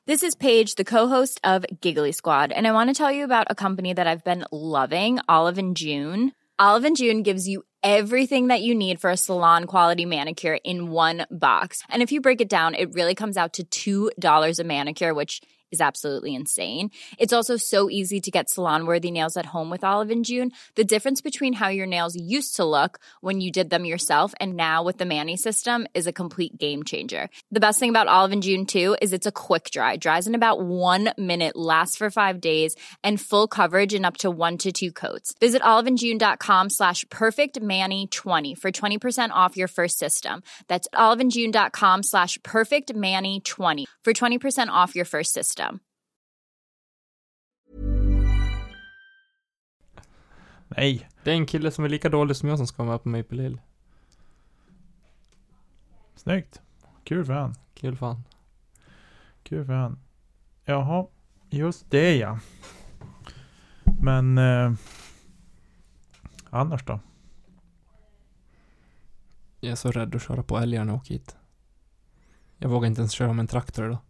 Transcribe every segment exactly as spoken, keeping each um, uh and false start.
This is Paige, the co-host of Giggly Squad, and I want to tell you about a company that I've been loving, Olive and June. Olive and June gives you everything that you need for a salon-quality manicure in one box. And if you break it down, it really comes out to two dollars a manicure, which is absolutely insane. It's also so easy to get salon-worthy nails at home with Olive and June. The difference between how your nails used to look when you did them yourself and now with the Mani system is a complete game changer. The best thing about Olive and June, too, is it's a quick dry. Dries in about one minute, lasts for five days, and full coverage in up to one to two coats. Visit oliveandjune.com slash perfectmani20 for twenty percent off your first system. That's oliveandjune.com slash perfectmani20 for twenty percent off your first system. Nej. Det är en kille som är lika dålig som jag som ska vara med på Maple Hill. Snyggt. Kul för han. Kul för han. Kul för han. Jaha, just det ja. Men eh, annars då? Jag är så rädd att köra på älgarna och åka hit. Jag vågar inte ens köra med en traktor idag.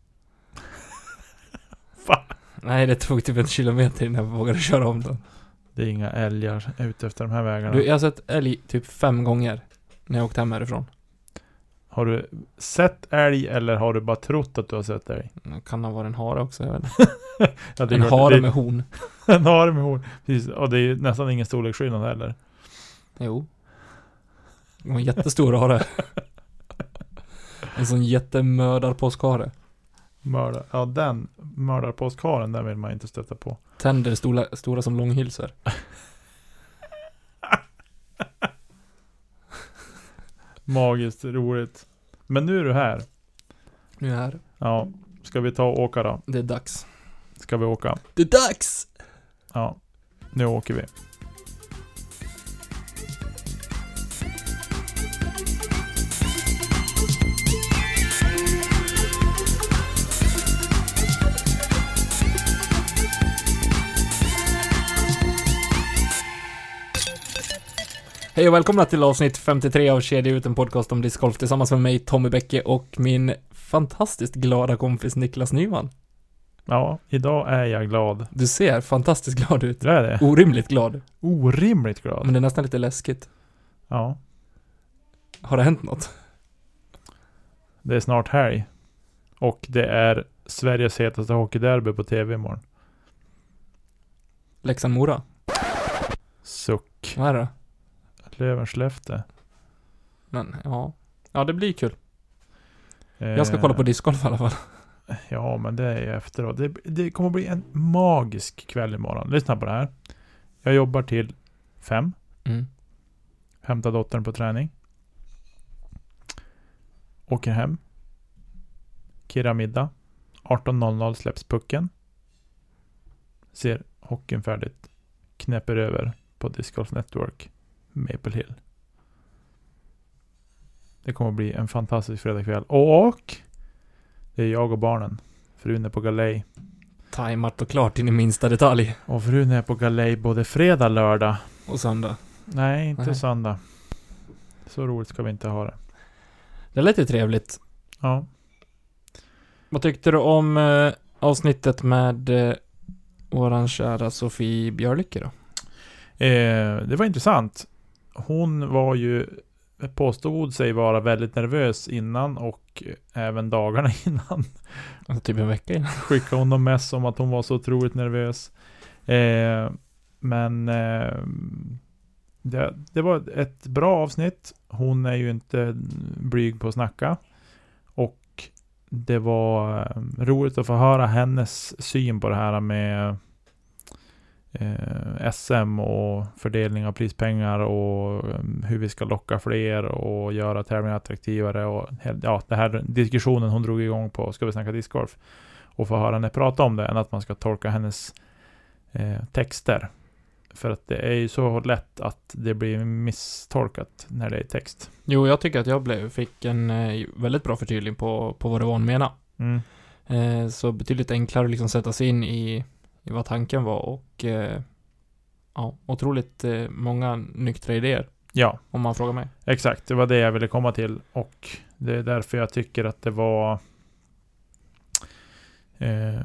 Fan. Nej, det tog typ en kilometer innan jag vågade köra om den. Det är inga älgar ute efter de här vägarna. Du, jag har sett älg typ fem gånger när jag åkte hem härifrån. Har du sett älg eller har du bara trott att du har sett älg? Det kan ha varit en hare också, jag vet inte. Ja, det en är hare det, med horn. En hare med horn. Precis. Och det är ju nästan ingen storleksskillnad heller. Jo. Det var en jättestor hare. En sån jättemördarpåskhare. Mördar. Ja, den mördarpåskharen, den vill man inte stöta på. Tänder stora, stora som långhylsor. Magiskt roligt. Men nu är du här. Nu är jag här. Ja, ska vi ta och åka då? Det är dags. Ska vi åka? Det är dags! Ja, nu åker vi. Hej och välkomna till avsnitt femtiotre av Kedja ut, en podcast om discgolf tillsammans med mig, Tommy Bäcke, och min fantastiskt glada kompis Niklas Nyman. Ja, idag är jag glad. Du ser fantastiskt glad ut. Det är det. Orimligt glad. Orimligt glad. Men det är nästan lite läskigt. Ja. Har det hänt något? Det är snart helg. Och det är Sveriges hetaste hockeyderby på tv imorgon. Leksand-Mora. Suck. Vad är det? Löven-Skellefteå. Men, ja. Ja, det blir kul. Eh, Jag ska kolla på discgolf i alla fall. Ja, men det är ju efteråt. Det, det kommer bli en magisk kväll imorgon. Lyssna på det här. Jag jobbar till fem. Mm. Hämtar dottern på träning. Åker hem. Kirra middag. arton noll noll släpps pucken. Ser hockeyn färdigt. Knäpper över på Disc Golf Network. Maple Hill. Det kommer bli en fantastisk fredagkväll. Och det är jag och barnen. Frun är på galej. Tajmat och klart in i minsta detalj. Och frun är på galej både fredag, lördag. Och söndag. Nej, inte Nej. söndag. Så roligt ska vi inte ha det. Det är lite trevligt. Ja. Vad tyckte du om eh, avsnittet med eh, våran kära Sofie Björlycke då? Eh, det var intressant. Hon var ju, påstod sig vara väldigt nervös innan och även dagarna innan. Alltså typ en vecka innan. Skickade hon någon mess om att hon var så otroligt nervös. Eh, men eh, det, det var ett bra avsnitt. Hon är ju inte blyg på att snacka. Och det var eh, roligt att få höra hennes syn på det här med Eh, S M och fördelning av prispengar och um, hur vi ska locka fler och göra tävlingar attraktivare och ja, det här diskussionen hon drog igång på Ska vi snacka discgolf och få höra henne prata om det än att man ska tolka hennes eh, texter, för att det är ju så lätt att det blir misstolkat när det är text. Jo, jag tycker att jag blev, fick en eh, väldigt bra förtydling på, på vad det var hon menar. Mm. Eh, så betydligt enklare att liksom sätta sig in i i vad tanken var och eh, ja, otroligt eh, många nyktra idéer. Ja. Om man frågar mig. Exakt, det var det jag ville komma till och det är därför jag tycker att det var eh,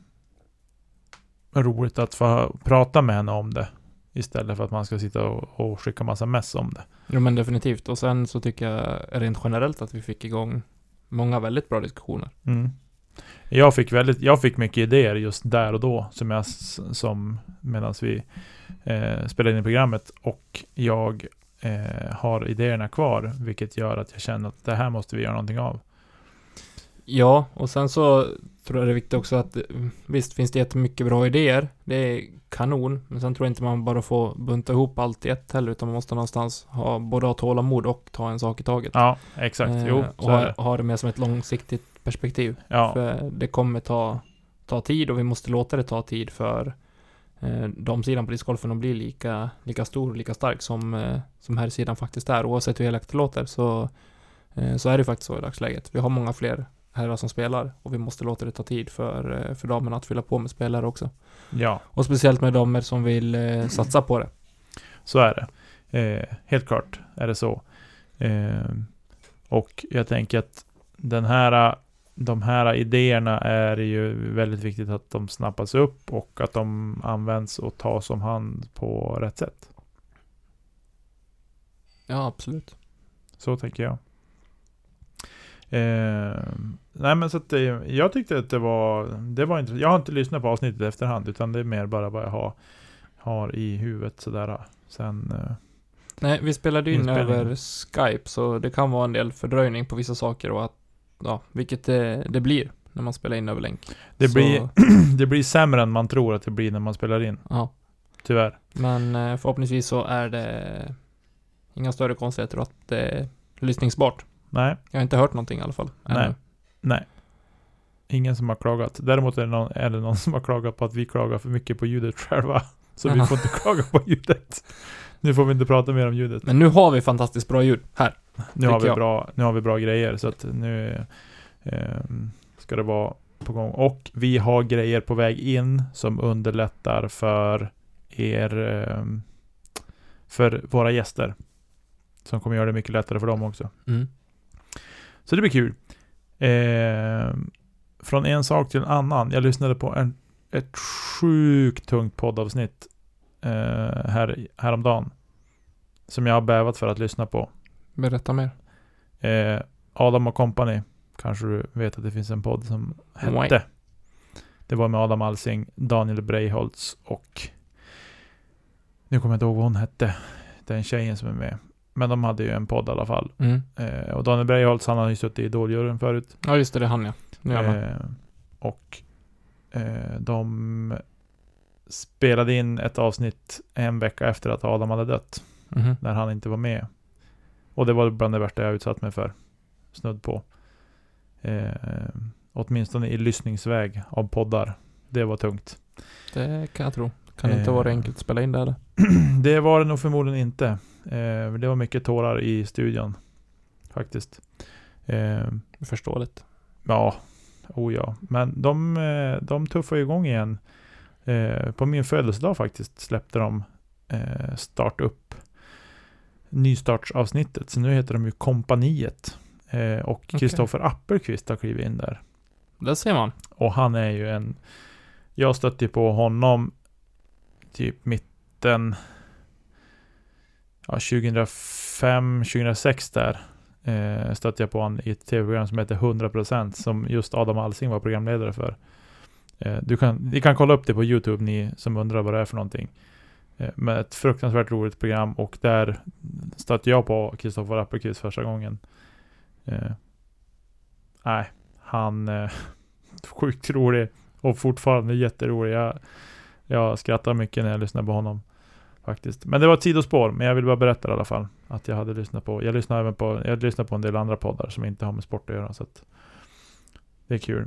roligt att få prata med henne om det. Istället för att man ska sitta och, och skicka massa mess om det. Jo, men definitivt. Och sen så tycker jag rent generellt att vi fick igång många väldigt bra diskussioner. Mm. Jag fick väldigt, jag fick mycket idéer just där och då som jag som medan vi eh, spelade in i programmet, och jag eh, har idéerna kvar, vilket gör att jag känner att det här måste vi göra någonting av. Ja, och sen så tror jag det är viktigt också att visst finns det jättemycket bra idéer. Det är kanon, men sen tror jag inte man bara får bunta ihop allt i ett heller, utan man måste någonstans ha både ha tålamod och ta en sak i taget. Ja, exakt. Eh, jo, och så är ha, det. ha det med som ett långsiktigt perspektiv. Ja. För det kommer ta, ta tid, och vi måste låta det ta tid för eh, de sidan på discgolfen att bli lika, lika stor och lika stark som, eh, som här sidan faktiskt är. Oavsett hur elakt det låter så, eh, så är det faktiskt så i dagsläget. Vi har många fler herrar som spelar, och vi måste låta det ta tid för, för damerna att fylla på med spelare också. Ja. Och speciellt med damer som vill eh, satsa på det. Så är det. Eh, helt klart är det så. Eh, och jag tänker att den här, de här idéerna är ju väldigt viktigt att de snappas upp och att de används och tas om hand på rätt sätt. Ja, absolut. Så tänker jag. Eh, nej men så att det, jag tyckte att det var det var intressant. Jag har inte lyssnat på avsnittet i efterhand, utan det är mer bara vad jag har, har i huvudet sådär. Sen eh, nej, vi spelade in inspelning. över Skype, så det kan vara en del fördröjning på vissa saker, och att ja, vilket det, det blir när man spelar in över länk. det så, blir det blir sämre än man tror att det blir när man spelar in. ja. Tyvärr. Men eh, förhoppningsvis så är det inga större konstigheter och att det är lyssningsbart. Nej. Jag har inte hört någonting i alla fall. Nej. Ännu. Nej. Ingen som har klagat. Däremot är det, någon, är det någon som har klagat på att vi klagar för mycket på ljudet själva. Så vi får inte klaga på ljudet. Nu får vi inte prata mer om ljudet. Men nu har vi fantastiskt bra ljud här. Nu har vi jag. bra, nu har vi bra grejer, så att nu eh, ska det vara på gång. Och vi har grejer på väg in som underlättar för er, eh, för våra gäster. Som kommer göra det mycket lättare för dem också. Mm. Så det blir kul. Eh, från en sak till en annan. Jag lyssnade på en, ett sjukt tungt poddavsnitt eh, här, häromdagen. Som jag har bävat för att lyssna på. Berätta mer. Eh, Adam och Company. Kanske du vet att det finns en podd som hette. Nej. Det var med Adam Alsing, Daniel Breiholtz och nu kommer jag inte ihåg vad hon hette. Den tjejen som är med. Men de hade ju en podd i alla fall. Mm. Eh, och Daniel Breiholtz, han har ju suttit i Idoljuryn förut. Ja, just det, det är han ja. Nu är jag Eh, och eh, de spelade in ett avsnitt en vecka efter att Adam hade dött. mm. När han inte var med. Och det var bland det värsta jag utsatt mig för. Snudd på. Eh, åtminstone i lyssningsväg av poddar. Det var tungt. Det kan jag tro. Kan inte Eh. vara enkelt att spela in det eller? Det var det nog förmodligen inte. Eh, det var mycket tårar i studion. Faktiskt. Eh, Förståeligt. ja, oh ja. Men de, eh, de tuffar ju igång igen. Eh, på min födelsedag faktiskt släppte de eh, start upp nystartsavsnittet. Så nu heter de ju Kompaniet. Eh, och Kristoffer okay. Appelqvist har klivit in där. Det ser man. Och han är ju en... Jag stötte på honom typ mitten... Ja, tjugohundrafem tjugohundrasex där. Eh, stötte jag på honom i ett tv-program som heter hundra procent. Som just Adam Alsing var programledare för. Eh, du kan, ni kan kolla upp det på YouTube, ni som undrar vad det är för någonting. Eh, men ett fruktansvärt roligt program. Och där stötte jag på Kristoffer Appelqvist första gången. Eh, nej, han eh, sjukt rolig och fortfarande jätterolig. Jag, jag skrattar mycket när jag lyssnar på honom faktiskt. Men det var ett sidospår, men jag vill bara berätta i alla fall att jag hade lyssnat på. Jag lyssnade även på jag lyssnade på en del andra poddar som inte har med sport att göra, så att det är kul.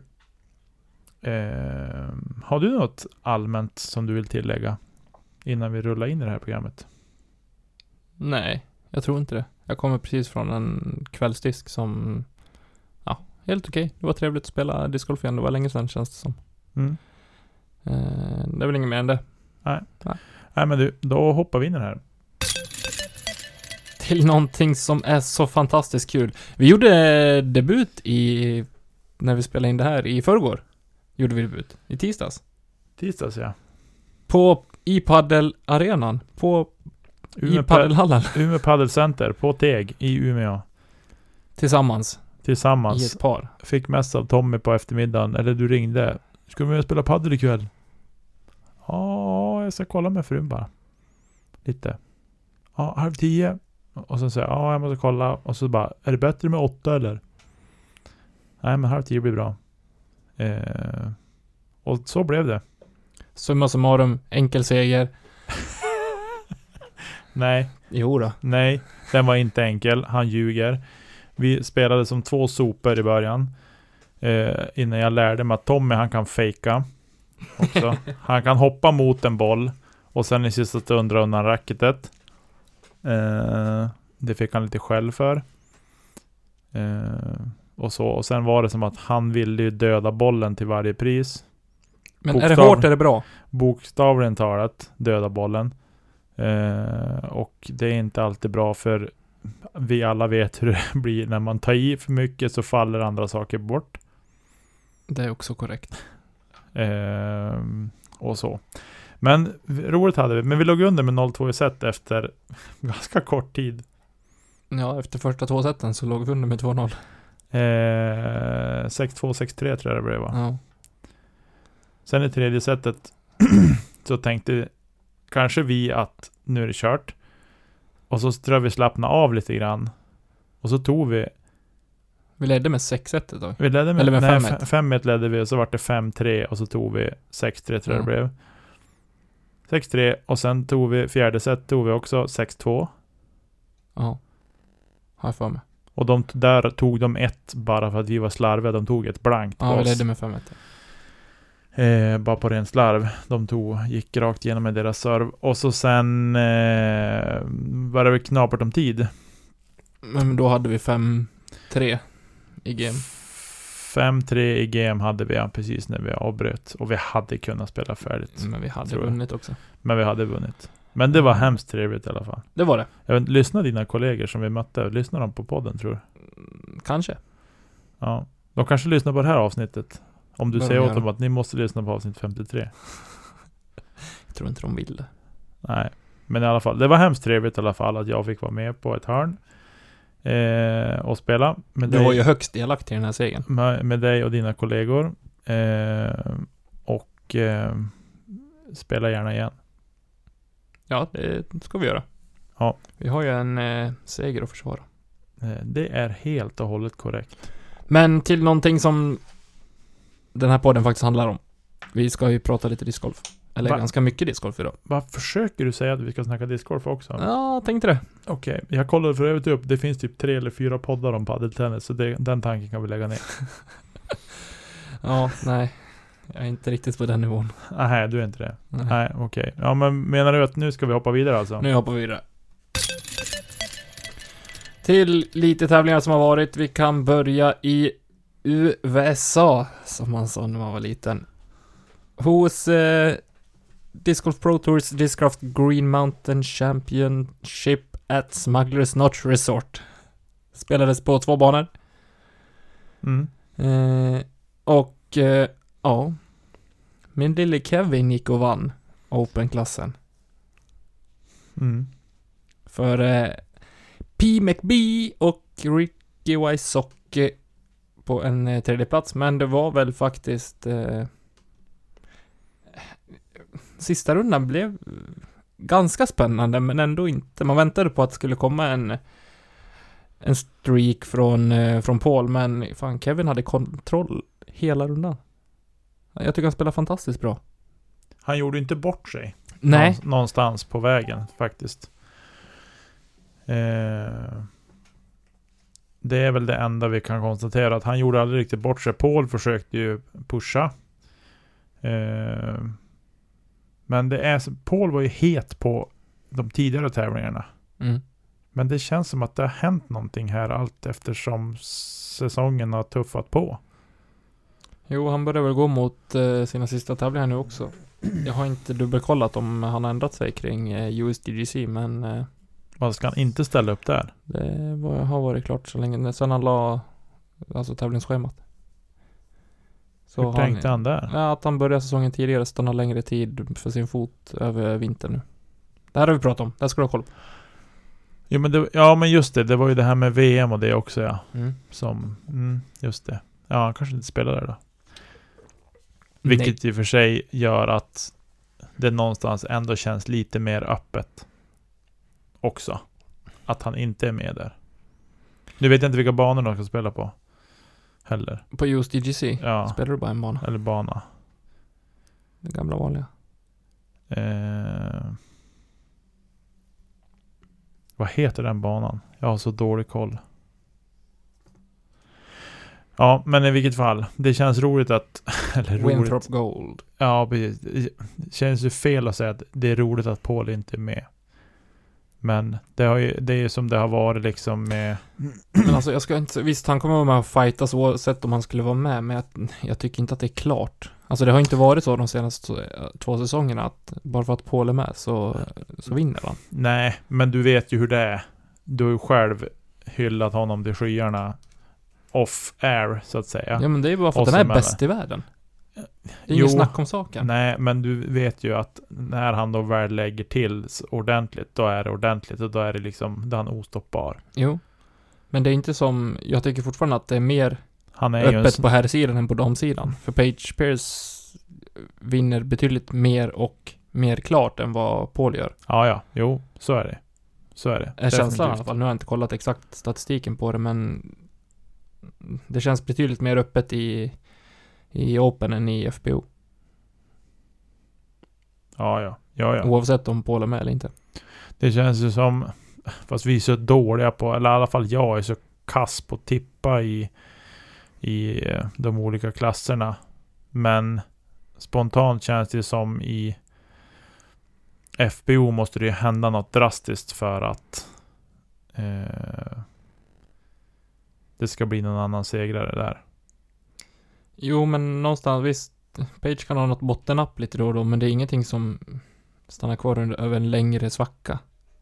Eh, har du något allmänt som du vill tillägga innan vi rullar in i det här programmet? Nej, jag tror inte det. Jag kommer precis från en kvällsdisk som ja, helt okej. Det var trevligt att spela discgolf igen. Det var länge sedan, känns det som. Mm. Eh, det är väl inget mer än det. Nej. Nej. Nej, men du, då hoppar vi in i det här. Till någonting som är så fantastiskt kul. Vi gjorde debut i när vi spelade in det här i förrgår. gjorde vi debut. I tisdags. Tisdags, ja. På i paddelarenan. På Umeå i paddelhallen. Umeå Paddelcenter på Teg i Umeå. Tillsammans. Tillsammans. I ett par. Fick mest av Tommy på eftermiddagen. Eller du ringde. Ska vi med och spela paddel ikväll? Ja, jag ska kolla med frun bara. Lite. Ja, halv tio. Och sen säger jag, ja, jag måste kolla. Och så bara, är det bättre med åtta eller? Nej, men halv tio blir bra. Eh, och så blev det. Summa summarum, enkel seger. Nej. Jo då. Nej, den var inte enkel. Han ljuger. Vi spelade som två sopor i början. Eh, innan jag lärde mig att Tommy, han kan fejka också. Han kan hoppa mot en boll och sen i sista stund dra undan racketet. Eh, det fick han lite själv för. Eh, och så. Och sen var det som att han ville ju döda bollen till varje pris. Men är det hårt är det bra? Bokstavligen talat döda bollen. Eh, och det är inte alltid bra, för vi alla vet hur det blir när man tar i för mycket, så faller andra saker bort. Det är också korrekt. Eh, och så. Men roligt hade vi. Men vi låg under med noll två i set efter ganska kort tid. Ja, efter första två sätten så låg vi under med två noll. Eh, sex två sex tre tror jag det blev, va? Ja. Sen i tredje setet så tänkte kanske vi att nu är det kört. Och så tror vi slappna av lite grann. Och så tog vi... Vi ledde med sex ett då. Vi ledde med, Eller med nej, fem ett. fem ett ledde vi, och så var det fem tre och så tog vi sex tre tror jag Mm. det blev. sex tre och sen tog vi fjärde set tog vi också sex två. Ja. Har jag för mig. Och de, där tog de ett bara för att vi var slarviga. De tog ett blankt på Ja, vi oss. ledde med fem ett. Eh, bara på ren slarv. De tog, gick rakt igenom med deras serv. Och så sen eh, var det väl knapert om tid. Men då hade vi fem tre i game. fem tre i game hade vi, ja, precis när vi avbröt. Och vi hade kunnat spela färdigt. Men vi hade tror jag. vunnit också. Men vi hade vunnit. Men det var hemskt trevligt i alla fall. Det var det. Jag vet, lyssna dina kollegor som vi mötte. Lyssnar de på podden, tror du? Mm, Kanske. Ja. De kanske lyssnar på det här avsnittet. Om du Bör de säger åt göra. dem att ni måste lyssna på avsnitt femtiotre. Jag tror inte de vill det. Nej. Men i alla fall, det var hemskt trevligt i alla fall att jag fick vara med på ett hörn. Eh, och spela. Med Du dig, var ju högst delaktig i den här segern. med, med dig och dina kollegor. Eh, och eh, spela gärna igen. Ja, det ska vi göra. Ja. Vi har ju en eh, seger att försvara. Eh, det är helt och hållet korrekt. Men till någonting som den här podden faktiskt handlar om. Vi ska ju prata lite discgolf. Eller Va? ganska mycket discgolf idag. Vad försöker du säga att vi ska snacka discgolf också? Ja, tänkte det. Okej, jag kollade för övrigt upp. Det finns typ tre eller fyra poddar om paddeltennis, så det, den tanken kan vi lägga ner. Ja, nej. Jag är inte riktigt på den nivån. Nej, du är inte det. Nej. Nej, okej. Ja, men menar du att nu ska vi hoppa vidare alltså? Nu hoppar vi vidare. Till lite tävlingar som har varit. Vi kan börja i U S A, som man sa när man var liten. Hos eh, Disc Golf Pro Tours Discraft Green Mountain Championship at Smugglers Notch Resort. Spelades på två banor. Mm. Eh, och eh, ja, min lille Kevin gick och vann Open-klassen. Mm. För eh, P. McBee och Ricky Wysocki på en eh, tredje plats. Men det var väl faktiskt eh, sista rundan blev ganska spännande, men ändå inte. Man väntade på att det skulle komma en en streak från, eh, från Paul, men fan, Kevin hade kontroll hela rundan. Jag tycker han spelar fantastiskt bra. Han gjorde inte bort sig. Nej. Någon, någonstans på vägen faktiskt. Eh, det är väl det enda vi kan konstatera. Att han gjorde aldrig riktigt bort sig. Paul försökte ju pusha. Eh, men det är, Paul var ju het på de tidigare tävlingarna. Mm. Men det känns som att det har hänt någonting här allt eftersom säsongen har tuffat på. Jo, han börjar väl gå mot eh, sina sista tävlingar nu också. Jag har inte dubbelkollat om han har ändrat sig kring eh, U S D G C, men eh, Vad ska han inte ställa upp där? det var, har varit klart så länge. Sen han la alltså tävlingsschemat. Så Hur tänkte han, han där? Ja, att han började säsongen tidigare, stannar längre tid för sin fot över vintern nu. Det här har vi pratat om, det ska du ha koll på. Ja men, det, ja men just det, det var ju det här med V M och det också ja. Mm. Som, mm, just det. Ja, han kanske inte spelar där då. Vilket Nej. i och för sig gör att det någonstans ändå känns lite mer öppet också. Att han inte är med där. Nu vet jag inte vilka banor de ska spela på heller. På U S D G C Ja. spelar du bara en bana. Eller bana. Det gamla vanliga. Eh, vad heter den banan? Jag har så dålig koll. Ja, men i vilket fall. Det känns roligt att... Eller roligt. Winthrop Gold. Ja, precis. Det känns ju fel att säga att det är roligt att Paul inte är med. Men det, har ju, det är ju som det har varit liksom med... Men alltså jag ska inte... Visst, han kommer vara med och fightas oavsett om han skulle vara med. Men jag, jag tycker inte att det är klart. Alltså det har inte varit så de senaste två säsongerna att bara för att Paul är med så, så vinner han. Nej, men du vet ju hur det är. Du har ju själv hyllat honom till skyarna off-air, så att säga. Ja, men det är ju bara för att den är bäst i världen. Det är ingen snack om saken. Nej, men du vet ju att när han då väl lägger till ordentligt, då är det ordentligt och då är det liksom, då är han ostoppbar. Jo. Men det är inte som, jag tycker fortfarande att det är mer han är öppet ju en... på här sidan än på damsidan. För Paige Pierce vinner betydligt mer och mer klart än vad Paul gör. Ja, ja. Jo, så är det. Så är det. Är känslan i alla fall. Nu har jag inte kollat exakt statistiken på det, men det känns betydligt mer öppet i i Open än i F P O. Ja, ja. Ja, ja. Oavsett om Paul är med eller inte. Det känns ju som, fast vi är så dåliga på, eller i alla fall jag är så kass på att tippa i i de olika klasserna. Men spontant känns det som i F B O måste det ju hända något drastiskt för att eh, det ska bli någon annan segrare där. Jo, men någonstans visst, Page kan ha något bottennapp lite då och då, men det är ingenting som stannar kvar under, över en längre svacka.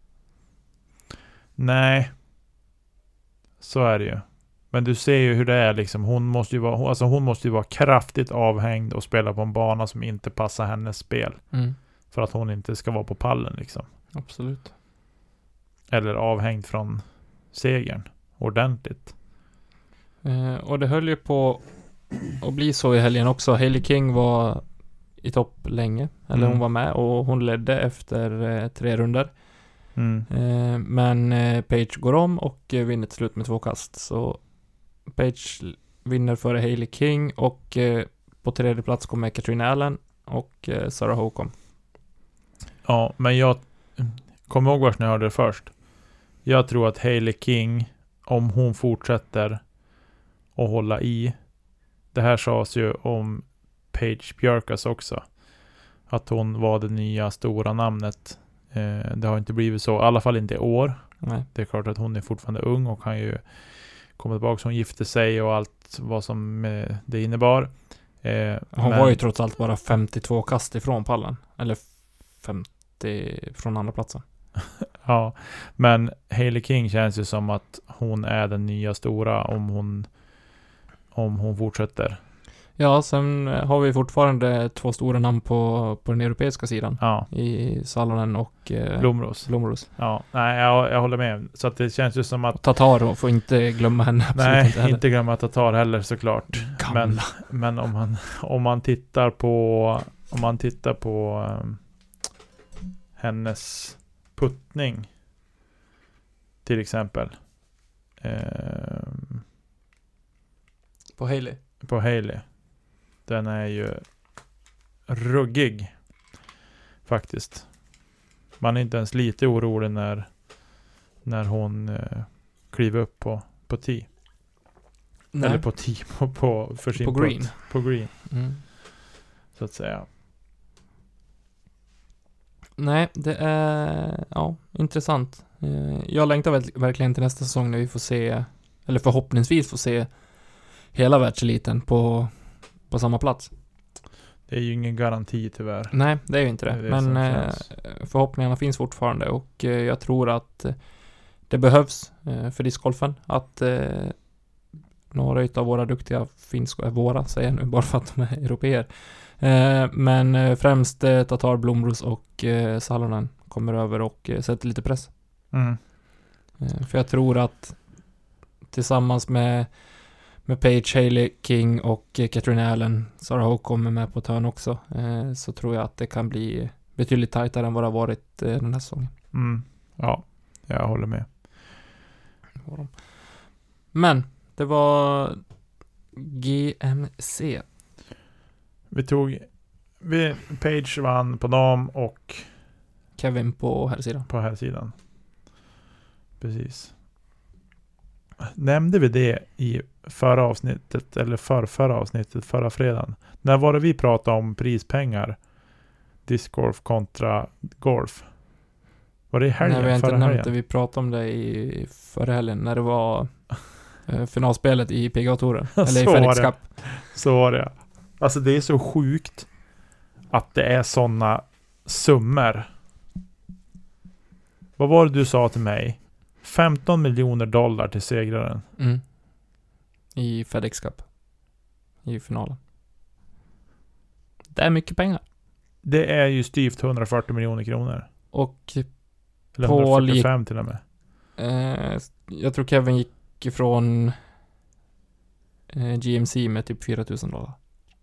Nej. Så är det ju. Men du ser ju hur det är liksom. Hon måste ju vara, alltså hon måste ju vara kraftigt avhängd och spela på en bana som inte passar hennes spel. Mm. För att hon inte ska vara på pallen liksom. Absolut. Eller avhängd från segern. Ordentligt. Eh, och det höll ju på att bli så i helgen också. Hailey King var i topp länge. Eller Mm. hon var med och hon ledde efter eh, tre runder. Mm. Eh, men eh, Page går om och eh, vinner till slut med två kast. Så Page vinner före Hailey King och eh, på tredje plats kommer Katrin Allen och eh, Sarah Holcomb. Ja, men jag kommer ihåg vart ni hörde det först. Jag tror att Hailey King, om hon fortsätter att hålla i, det här sades ju om Paige Björkas också, att hon var det nya stora namnet. Eh, det har inte blivit så, i alla fall inte i år. Nej. Det är klart att hon är fortfarande ung och kan ju komma tillbaka, hon gifte sig och allt vad som eh, det innebar. Eh, Hon men, var ju trots allt bara femtiotvå kast ifrån pallen. Eller femtio från andra platsen. ja, men Hailey King känns ju som att hon är den nya stora om hon om hon fortsätter. Ja, sen har vi fortfarande två stora namn på, på den europeiska sidan. Ja. I Salonen och eh, Blomros. Blomros. Ja, nej, jag, jag håller med. Så att det känns ju som att... Tatar får inte glömma henne. Absolut Nej, inte, inte glömma Tatar heller såklart. Gamla. Men, men om man om man tittar på om man tittar på um, hennes puttning till exempel um, På Hailey. på Hailey. Den är ju ruggig faktiskt. Man är inte ens lite orolig när när hon uh, kliver upp på på tee. Nej. Eller på tee på, på för sin På green. putt. På green Mm. så att säga. Nej, det är ja, intressant. Eh, Jag längtar väl, verkligen till nästa säsong när vi får se, eller förhoppningsvis får se hela världseliten på, på samma plats. Det är ju ingen garanti tyvärr. Nej, det är ju inte det. Det är det Men som eh, känns. förhoppningarna finns fortfarande och eh, jag tror att eh, det behövs eh, för discgolfen att eh, några av våra duktiga finska, våra säger jag nu bara för att de är europeer. Eh, men eh, främst eh, Tatar, Blomros och eh, Salonen kommer över och eh, sätter lite press. Mm. Eh, för jag tror att tillsammans med med Paige, Haley, King och eh, Catherine Allen, Sarah Howe kommer med på törn också. Eh, så tror jag att det kan bli betydligt tajtare än vad det har varit eh, den här säsongen. Mm. Ja, jag håller med. Men det var G M C. Vi tog vi, Page vann på dam och Kevin på här sidan. På här sidan. Precis. Nämnde vi det i förra avsnittet eller för förra avsnittet förra fredagen? När var det vi pratade om prispengar? Discgolf kontra golf. Var det i helgen? Nej, vi har inte förra nämnt helgen? det. Vi pratade om det i förra helgen när det var eh, finalspelet i P G A-touren. Eller i Så FedEx var det. Cup. Så var det. Alltså det är så sjukt att det är såna summor. Vad var det du sa till mig? femton miljoner dollar till segraren. Mm. I FedEx Cup. I finalen. Det är mycket pengar. Det är ju styvt hundrafyrtio miljoner kronor. Och Eller Paul hundrafyrtiofem gick, till och med. eh, jag tror Kevin gick ifrån eh, G M C med typ fyra tusen dollar.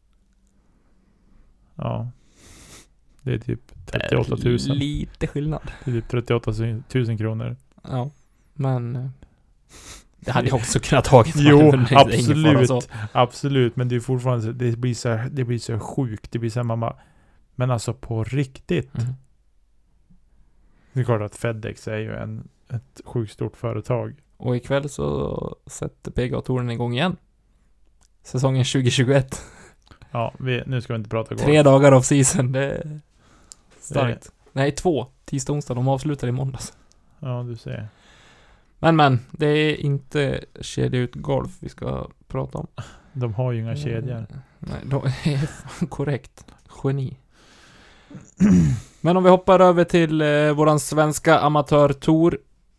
Ja. Det är typ trettioåtta tusen. Lite skillnad. Det är typ trettioåtta tusen kronor. Ja, men eh, det hade jag också kunnat tagit. Jo, men det är ingen fara absolut. så. Absolut, men det är fortfarande så- det blir så det blir så sjukt. Det blir så här, mamma. Men alltså på riktigt. Mm. Det är klart att FedEx är ju en ett sjukt stort företag. Och ikväll så sätter P G A-touren igång igen. Säsongen tjugo tjugoett. Ja, vi, nu ska vi inte prata golf. Tre dagar av season, det är starkt. Nej, två. Tisdag, onsdag. De avslutar i måndags. Ja, du ser. Men, men. Det är inte kedja ut golf vi ska prata om. De har ju inga kedjor. Eh, Nej, de är fan korrekt. Geni. Men om vi hoppar över till eh, våran svenska amatörtour.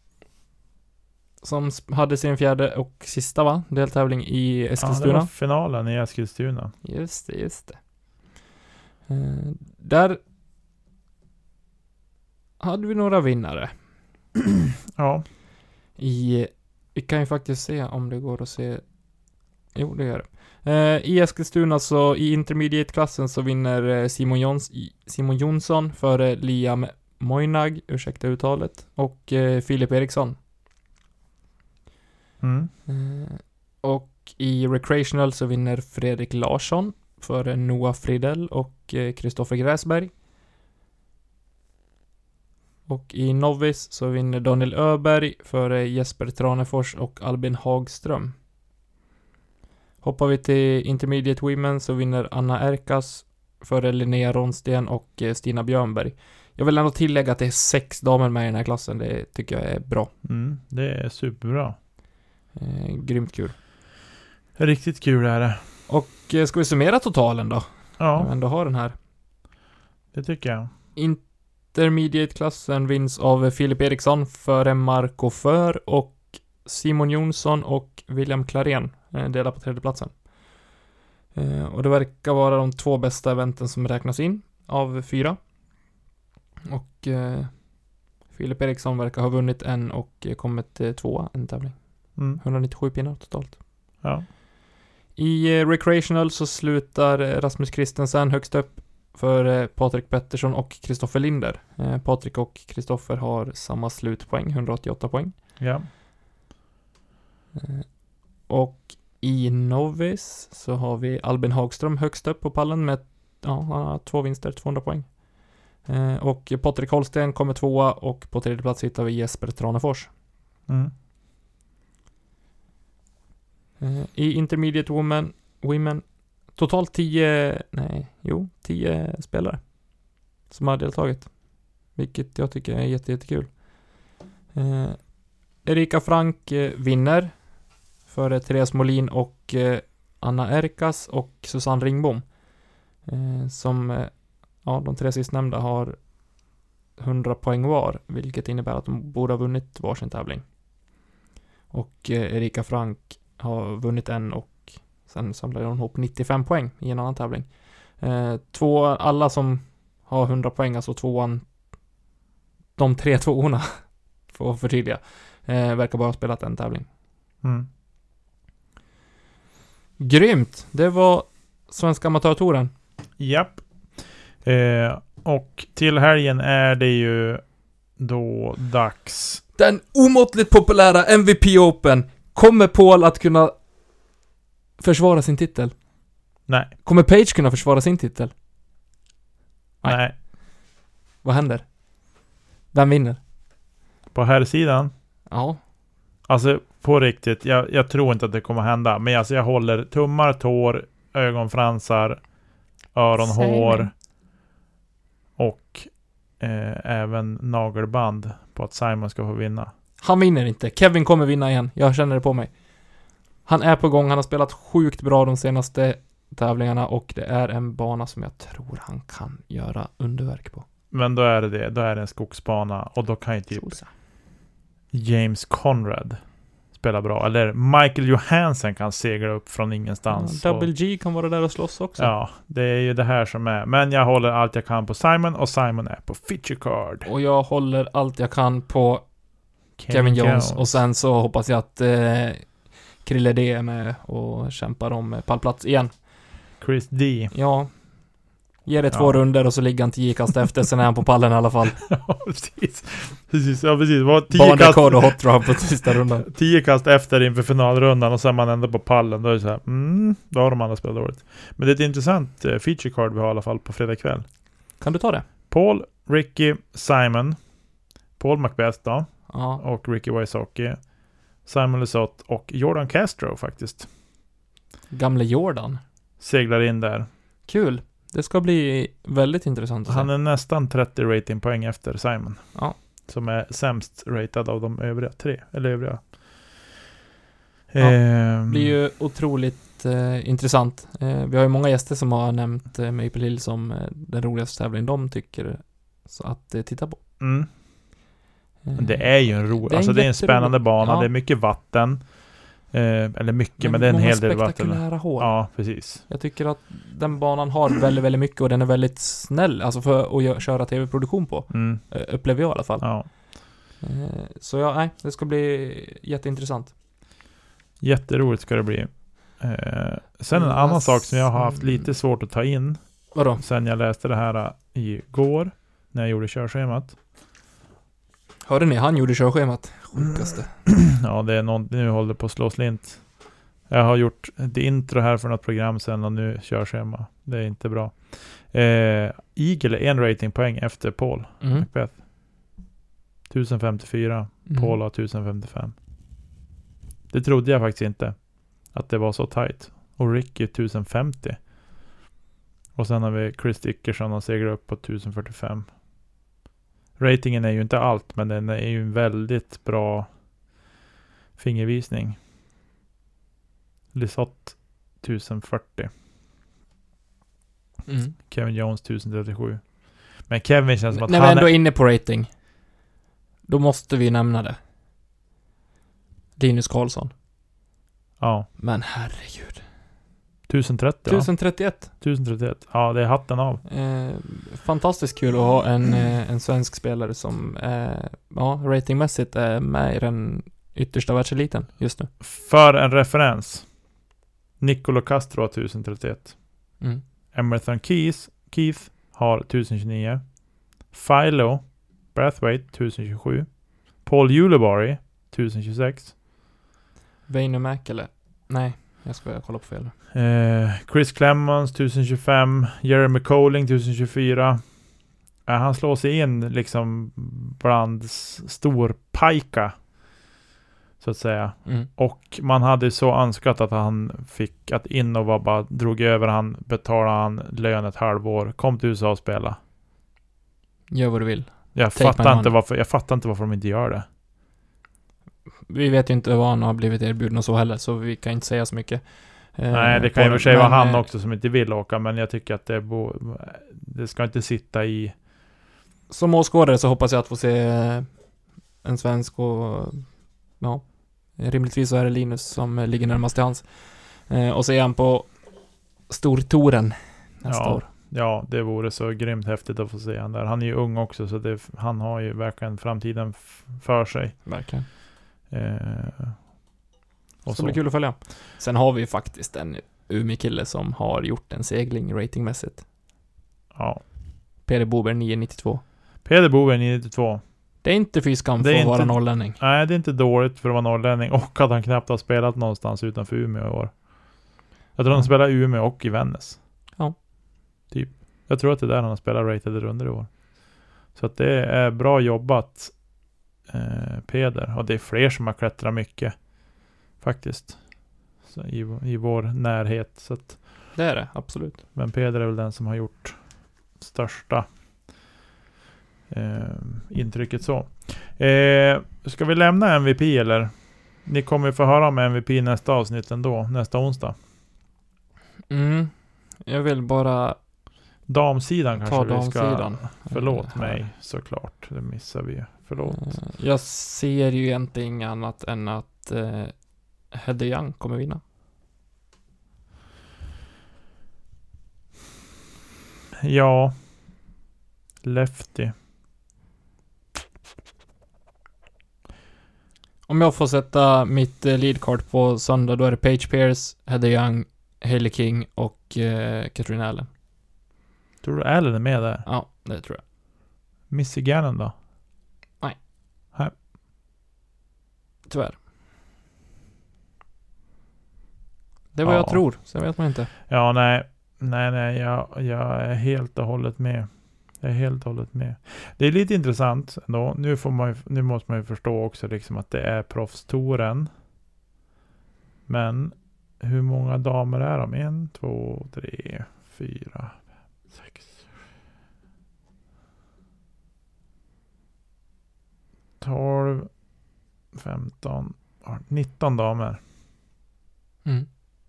Som sp- hade sin fjärde och sista va? Deltävling i Ja, det Eskilstuna. var finalen i Eskilstuna. Just det, just det. Eh, där hade vi några vinnare. Ja. I, vi kan ju faktiskt se om det går att se. Jo, det gör det. Eh, I Eskilstuna så i intermediate-klassen så vinner eh, Simon, Jons, Simon Jonsson före Liam Moynag, ursäkta uttalet, och eh, Filip Eriksson. Mm. Eh, och i recreational så vinner Fredrik Larsson före Noah Fridell och Kristoffer eh, Gräsberg. Och i novice så vinner Daniel Öberg före Jesper Tranefors och Albin Hagström. Hoppar vi till intermediate women så vinner Anna Erkas före Linnea Ronsten och eh, Stina Björnberg. Jag vill ändå tillägga att det är sex damer med i den här klassen. Det tycker jag är bra. Mm, det är superbra. Eh, grymt kul. Riktigt kul är det. Och eh, ska vi summera totalen då? Ja, Jag ändå har den här. det tycker jag. Intermediate-klassen vinns av Filip Eriksson före Marco För och Simon Jonsson och William Klarén eh, delar på tredjeplatsen. Eh, och det verkar vara de två bästa eventen som räknas in av fyra. Och eh, Filip Eriksson verkar ha vunnit en och eh, kommit till tvåa en tävling. Mm. etthundranittiosju pinnar totalt. Ja. I eh, recreational så slutar eh, Rasmus Christensen högst upp för eh, Patrik Pettersson och Kristoffer Linder. Eh, Patrik och Kristoffer har samma slutpoäng, etthundraåttioåtta poäng. Ja. Eh, och i novice så har vi Albin Hagström högst upp på pallen med ja, han har två vinster, tvåhundra poäng. Eh, och Patrik Holsten kommer tvåa och på tredje plats hittar vi Jesper Tranefors. Mm. Eh, I intermediate women, women totalt tio, nej, jo, tio spelare som har deltagit. Vilket jag tycker är jätte, jättekul. Eh, Erika Frank eh, vinner före Therese Molin och eh, Anna Erkas och Susanne Ringbom. Eh, som, eh, ja, de tre sistnämnda har hundra poäng var, vilket innebär att de borde ha vunnit varsin tävling. Och eh, Erika Frank har vunnit en och sen samlade hon ihop nittiofem poäng i en annan tävling. Eh, två, alla som har hundra poäng, alltså tvåan, de tre tvåorna, för att förtydliga, eh, verkar bara ha spelat en tävling. Mm. Grymt! Det var Svenska Amatörtouren. Japp. Eh, och till helgen är det ju då dags. Den omåttligt populära M V P Open. Kommer Paul att kunna försvara sin titel? Nej. Kommer Page kunna försvara sin titel? Nej. Nej. Vad händer? Vem vinner? På här sidan. Ja. Alltså på riktigt, jag, jag tror inte att det kommer hända. Men alltså jag håller tummar, tår, ögonfransar, öronhår och eh, även nagelband på att Simon ska få vinna. Han vinner inte. Kevin kommer vinna igen. Jag känner det på mig. Han är på gång. Han har spelat sjukt bra de senaste tävlingarna och det är en bana som jag tror han kan göra underverk på. Men då är det det. Då är det en skogsbana och då kan ju typ Sosa. James Conrad spela bra. Eller Michael Johansson kan segla upp från ingenstans. Ja, Double och, G kan vara där och slåss också. ja, det är ju det här som är. Men jag håller allt jag kan på Simon och Simon är på feature card. Och jag håller allt jag kan på Kevin, Kevin Jones. Jones. Och sen så hoppas jag att eh, Krille D är med och kämpar om pallplats igen. Chris D. Ja. Ge det två ja. runder och så ligger han tio kast efter, sen är han på pallen i alla fall. Ja, precis. Precis, ja, precis. Var tio Barnrekord och hot rod på sista rundan. Tio kast efter inför finalrundan och sen man ändå på pallen. Då är det så här, mm, då har de andra spelat dåligt. Men det är ett intressant uh, feature card vi har i alla fall på fredag kväll. Kan du ta det? Paul, Ricky, Simon, Paul Macbeth då, ja. och Ricky Wysocki, Simon Lesoth och Jordan Castro faktiskt. Gamle Jordan. Seglar in där. Kul. Det ska bli väldigt intressant att se. Han är nästan trettio ratingpoäng efter Simon. Ja. Som är sämst ratad av de övriga tre. Eller övriga. Ja, ehm. det blir ju otroligt eh, intressant. Eh, vi har ju många gäster som har nämnt eh, Maple Hill som eh, den roligaste tävlingen de tycker så att eh, titta på. Mm. Eh, Men det är ju en rolig, alltså det är en spännande bana, ja. Det är mycket vatten. Eh, eller mycket, men, men det är en hel del vatten. Hål. Ja, precis. Jag tycker att den banan har väldigt, väldigt mycket och den är väldigt snäll, alltså för att gö- köra tv-produktion på. Mm. Eh, upplever jag i alla fall. Ja. Eh, så ja, nej, det ska bli jätteintressant. Jätteroligt ska det bli. Eh, sen en Yes. annan sak som jag har haft lite svårt att ta in. Vadå? Sen jag läste det här igår när jag gjorde körschemat. Hörde ni? Han gjorde körschemat. Sjukaste. Ja, det är någon, nu håller det på att slå slint. Jag har gjort ett intro här för något program sen och nu körschema. Det är inte bra. Eh, Eagle är en ratingpoäng efter Paul. Mm. Macbeth. tusen femtiofyra. Mm. Paul har tusen femtiofem. Det trodde jag faktiskt inte. Att det var så tight. Och Ricky tusen femtio. Och sen har vi Chris Dickerson och seglar upp på tusen fyrtiofem. Ratingen är ju inte allt, men den är ju en väldigt bra fingervisning. Lesoth tusen fyrtio. Mm. Kevin Jones tusen trettiosju. Men Kevin känns som att när han vi ändå är är inne på rating, då måste vi nämna det. Linus Karlsson. Ja. Men herregud. tusen trettio. tusen trettioett. Ja. tusen trettioett. Ja, det är hatten av. Eh, fantastiskt kul att ha en, eh, en svensk spelare som eh, ja, ratingmässigt är med i den yttersta världseliten just nu. För en referens. Nicolo Castro har tusen trettioett. Mm. Emerson Keith, Keith har tusen tjugonio. Philo Brathwaite tusen tjugosju. Paul Ulibarri tusen tjugosex. Väinö Mäkelä. Nej, jag ska kolla på fel. Eh, Chris Clemons tusen tjugofem. Jeremy Colling tusen tjugofyra. Eh, han slår sig in liksom bland s- stor pajka så att säga. Mm. Och man hade så önskat att han fick att in och var bara drog över han, betalade han lön ett halvår, kom till U S A och spela. Gör vad du vill. Jag Take my fattar inte money. varför jag fattar inte varför de inte gör det. Vi vet ju inte vad han har blivit erbjuden och så heller, så vi kan inte säga så mycket. Eh, Nej, det på kan ju i och för sig vara men, han eh, också som inte vill åka, men jag tycker att det bo, det ska inte sitta i. Som åskådare så hoppas jag att få se eh, en svensk och ja, Rimligtvis så är det Linus som eh, ligger närmast till hans. Eh, och så är han på stortoren nästa Ja. år. Ja, det vore så grymt häftigt att få se han där. Han är ju ung också, så det, han har ju verkligen framtiden f- för sig. Verkligen. Eh, Och och så blir kul att följa. Sen har vi ju faktiskt en Umeå-kille som har gjort en segling ratingmässigt. Ja. Peder Bober nio nittiotvå. Peder Bober nio nittiotvå. Det är inte fy skam Det för är att vara inte- norrlänning. Nej, det är inte dåligt för att vara norrlänning. Och att han knappt har spelat någonstans utanför Umeå i år. Jag tror Ja. han spelar i Umeå och i Vännäs. Ja. Typ. Jag tror att det är där han har spelat rated runder i år. Så att det är bra jobbat, eh, Peder. Och det är fler som har klättrat mycket. Faktiskt. Så i, I vår närhet. Så att, Det är det, absolut. men Peder är väl den som har gjort största eh, intrycket så. Eh, ska vi lämna M V P eller? Ni kommer ju få höra om M V P nästa avsnitt ändå, nästa onsdag. Mm. Jag vill bara Damsidan kanske ta vi ska... damsidan. Förlåt Eh, här. mig såklart, det missar vi ju. Förlåt. Eh, Jag ser ju egentligen annat än att eh, Heather Young kommer vinna. Ja. Lefty. Om jag får sätta mitt eh, leadcard på söndag, då är det Paige Pierce, Heather Young, Hailey King och eh, Katrin Allen. Tror du Allen är med där? Ja, det tror jag. Missy Gannon då? Tyvärr. Det är vad Ja. jag tror, sen vet man inte. Ja, nej. Nej, nej, jag, jag är helt och hållet med. Jag är helt och hållet med. Det är lite intressant ändå. Nu, får man ju, nu måste man ju förstå också liksom att det är proffstouren. Men hur många damer är de? En, två, tre, fyra, sex. tolv, femton, nitton damer. Mm.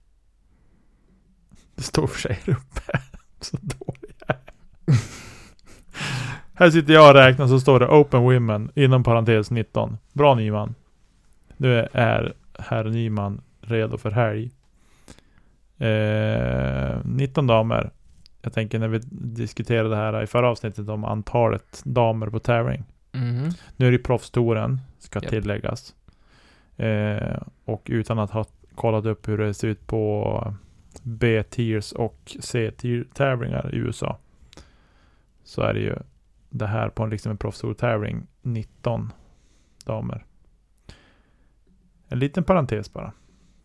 Det står för sig här uppe. Så dålig jag är. Här sitter jag och räknar, så står det Open Women inom parentes nitton. Bra Nyman. Nu är herr Nyman redo för helg. Eh, nitton damer. Jag tänker när vi diskuterade det här i förra avsnittet om antalet damer på tävling. Mhm. Nu är det proffstouren, ska Japp. tilläggas. Eh, och utan att ha kollat upp hur det ser ut på B-tiers och C-tier tävlingar i U S A, så är det ju det här på en, liksom en proffstour-tävling nitton damer. En liten parentes bara.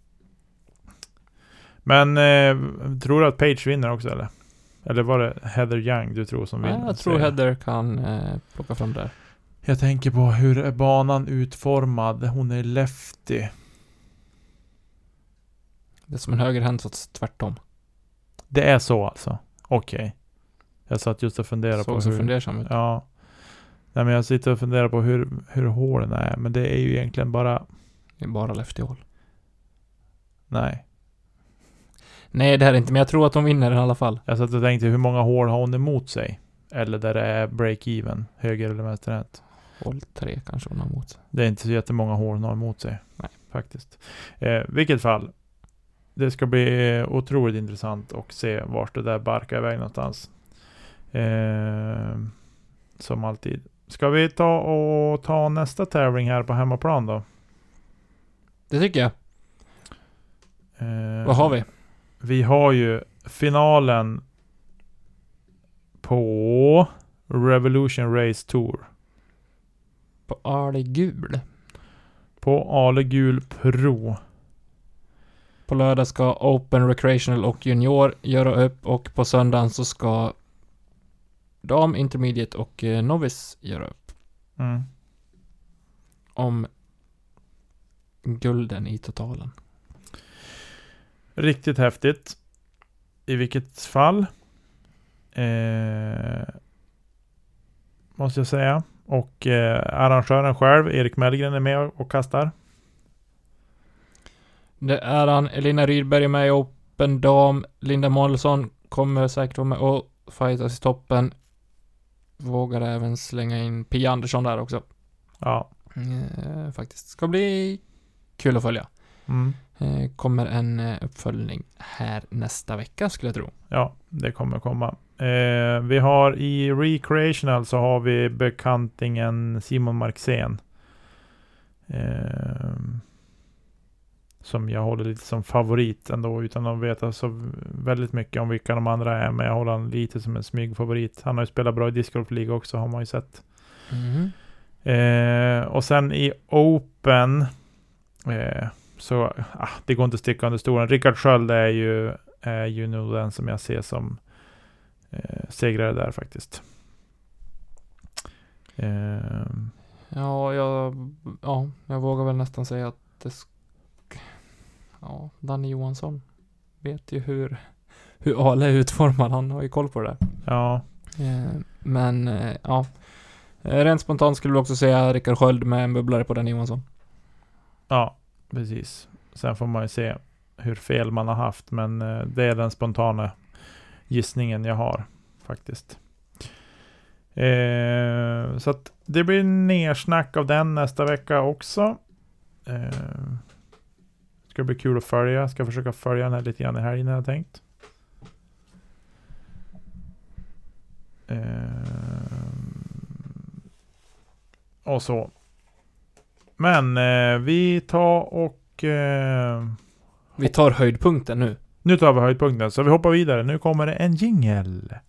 Men eh, tror du att Paige vinner också eller? Eller var det Heather Young du tror som vinner? Ja, jag tror Säger. Heather kan eh, plocka fram där. Jag tänker på hur är banan utformad. Hon är lefty. Det är som en högerhänt fast tvärtom. Det är så alltså. Okej. Okay. Jag satt just och funderade Såg på så hur... fundersam ut. Ja. Nej, men jag sitter och funderar på hur, hur hålen är. Men det är ju egentligen bara... Det är bara lefty-hål. Nej. Nej, det här är inte, men jag tror att de vinner i alla fall. Jag satt och tänkte hur många hål har hon emot sig? Eller där det är break-even. Höger eller vänsterhänt. Hål tre kanske hon har emot sig. Det är inte så jättemånga hål hon har emot sig. Nej. Faktiskt. Eh, vilket fall. Det ska bli otroligt intressant att se vart det där barkar iväg någonstans. Eh, som alltid. Ska vi ta och ta nästa tävling här på hemmaplan då? Det tycker jag. Eh, Vad har vi? Vi har ju finalen på Revolution Race Tour. På Ale Gul. På Ale Gul Pro. På lördag ska Open, Recreational och Junior göra upp, och på söndagen så ska Dam, Intermediate och eh, Novice göra upp Mm. om gulden i totalen. Riktigt häftigt. I vilket fall. Eh, måste jag säga. Och eh, arrangören själv, Erik Mellgren, är med och kastar. Det är han. Elina Rydberg är med i Open Dam. Linda Mollson kommer säkert vara med och fightas i toppen. Vågar även slänga in Pia Andersson där också. Ja. Eh, faktiskt. Ska bli kul att följa. Mm. Eh, kommer en eh, uppföljning här nästa vecka skulle jag tro. Ja, det kommer komma. Eh, vi har i Recreational så har vi bekantingen Simon Marxén. Eh, som jag håller lite som favorit ändå, utan att veta så väldigt mycket om vilka de andra är. Men jag håller han lite som en smygfavorit. Han har ju spelat bra i Disc Golf League också, har man ju sett. Mm. Eh, och sen i Open eh, så ah, det går inte att sticka under stolen. Rickard Sköld är ju, är ju nog den som jag ser som eh, segrare där faktiskt. Eh, Ja, jag, ja, jag vågar väl nästan säga att det sk- ja, Danny Johansson vet ju hur hur Ale är utformad. Han har ju koll på det där. ja, Eh, men eh, ja, Eh, rent spontant skulle jag också säga Rickard Sköld med en bubblare på Danny Johansson. ja, precis. Sen får man ju se hur fel man har haft, men eh, det är den spontana gissningen jag har faktiskt. Eh, så att det blir nersnack av den nästa vecka också. Eh, ska bli kul att följa. Ska försöka följa den här lite grann i helgen, har jag tänkt. Eh, och så. Men eh, vi tar och eh, Vi tar höjdpunkten nu. nu tar vi höjdpunkten, så vi hoppar vidare. Nu kommer det en jingle.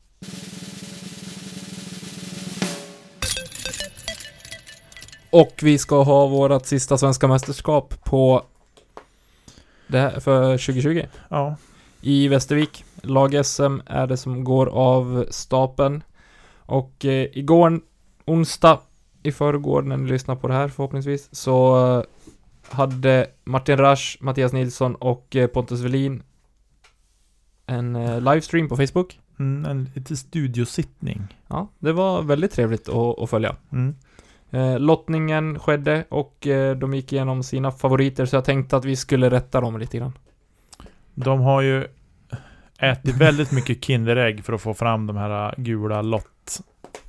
Och vi ska ha vårat sista svenska mästerskap på det här för tjugo tjugo. Ja. I Västervik. Lag-S M är det som går av stapeln. Och eh, igår, onsdag, i förrgår när ni lyssnar på det här förhoppningsvis, så eh, hade Martin Rasch, Mattias Nilsson och eh, Pontus Velin en eh, livestream på Facebook. Mm, en liten studiosittning. Ja, det var väldigt trevligt att, att följa. Mm. Eh, lottningen skedde och eh, de gick igenom sina favoriter, så jag tänkte att vi skulle rätta dem lite grann. De har ju ätit väldigt mycket Kinderägg för att få fram de här gula lott...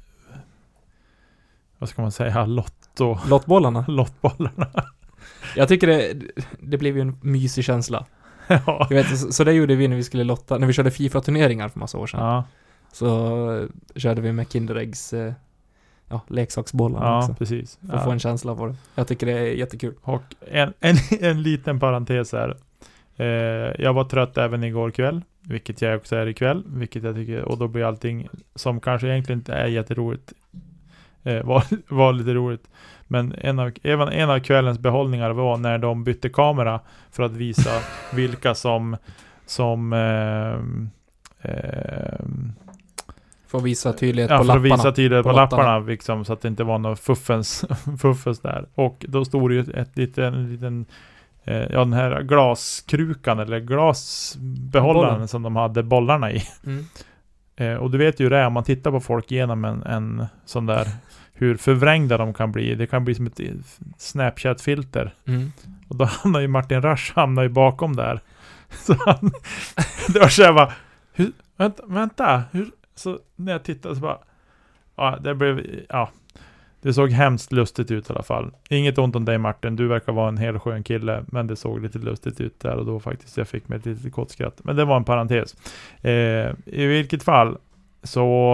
Vad ska man säga? Lotto... Lottbollarna. Lottbollarna. Jag tycker det, det blev ju en mysig känsla. Ja. Jag vet, så, så det gjorde vi när vi skulle lotta, när vi körde FIFA-turneringar för massa år sedan. Ja, Så eh, körde vi med Kinderäggs eh, ja, leksaksbollar ja också. precis. För att Ja. få en känsla på det. Jag tycker det är jättekul. Och en, en, en liten parentes här. Eh, jag var trött även igår kväll, vilket jag också är ikväll, vilket jag tycker, och då blir allting som kanske egentligen inte är jätteroligt eh, var, var lite roligt. Men en av, även en av kvällens behållningar var när de bytte kamera för att visa vilka som som eh, eh, Får visa tydlighet ja, på för lapparna. att visa tydlighet på, på lapparna, lapparna. liksom, så att det inte var något fuffens, fuffens där. Och då stod det ju ett liten, en liten eh, ja, den här glaskrukan eller glasbehållaren Bollen. som de hade bollarna i. Mm. Eh, och du vet ju det, om man tittar på folk genom en, en sån där, hur förvrängda de kan bli. Det kan bli som ett Snapchat-filter. Mm. Och då hamnar ju Martin Rasch hamnar ju bakom där. Så han, det var så jag bara, hur, vänta, vänta, hur, så när jag tittade så bara, ja, det blev, ja, det såg hemskt lustigt ut i alla fall. Inget ont om dig Martin, du verkar vara en hel skön kille, men det såg lite lustigt ut där och då faktiskt jag fick mig ett litet kort skratt. Men det var en parentes. Eh, I vilket fall så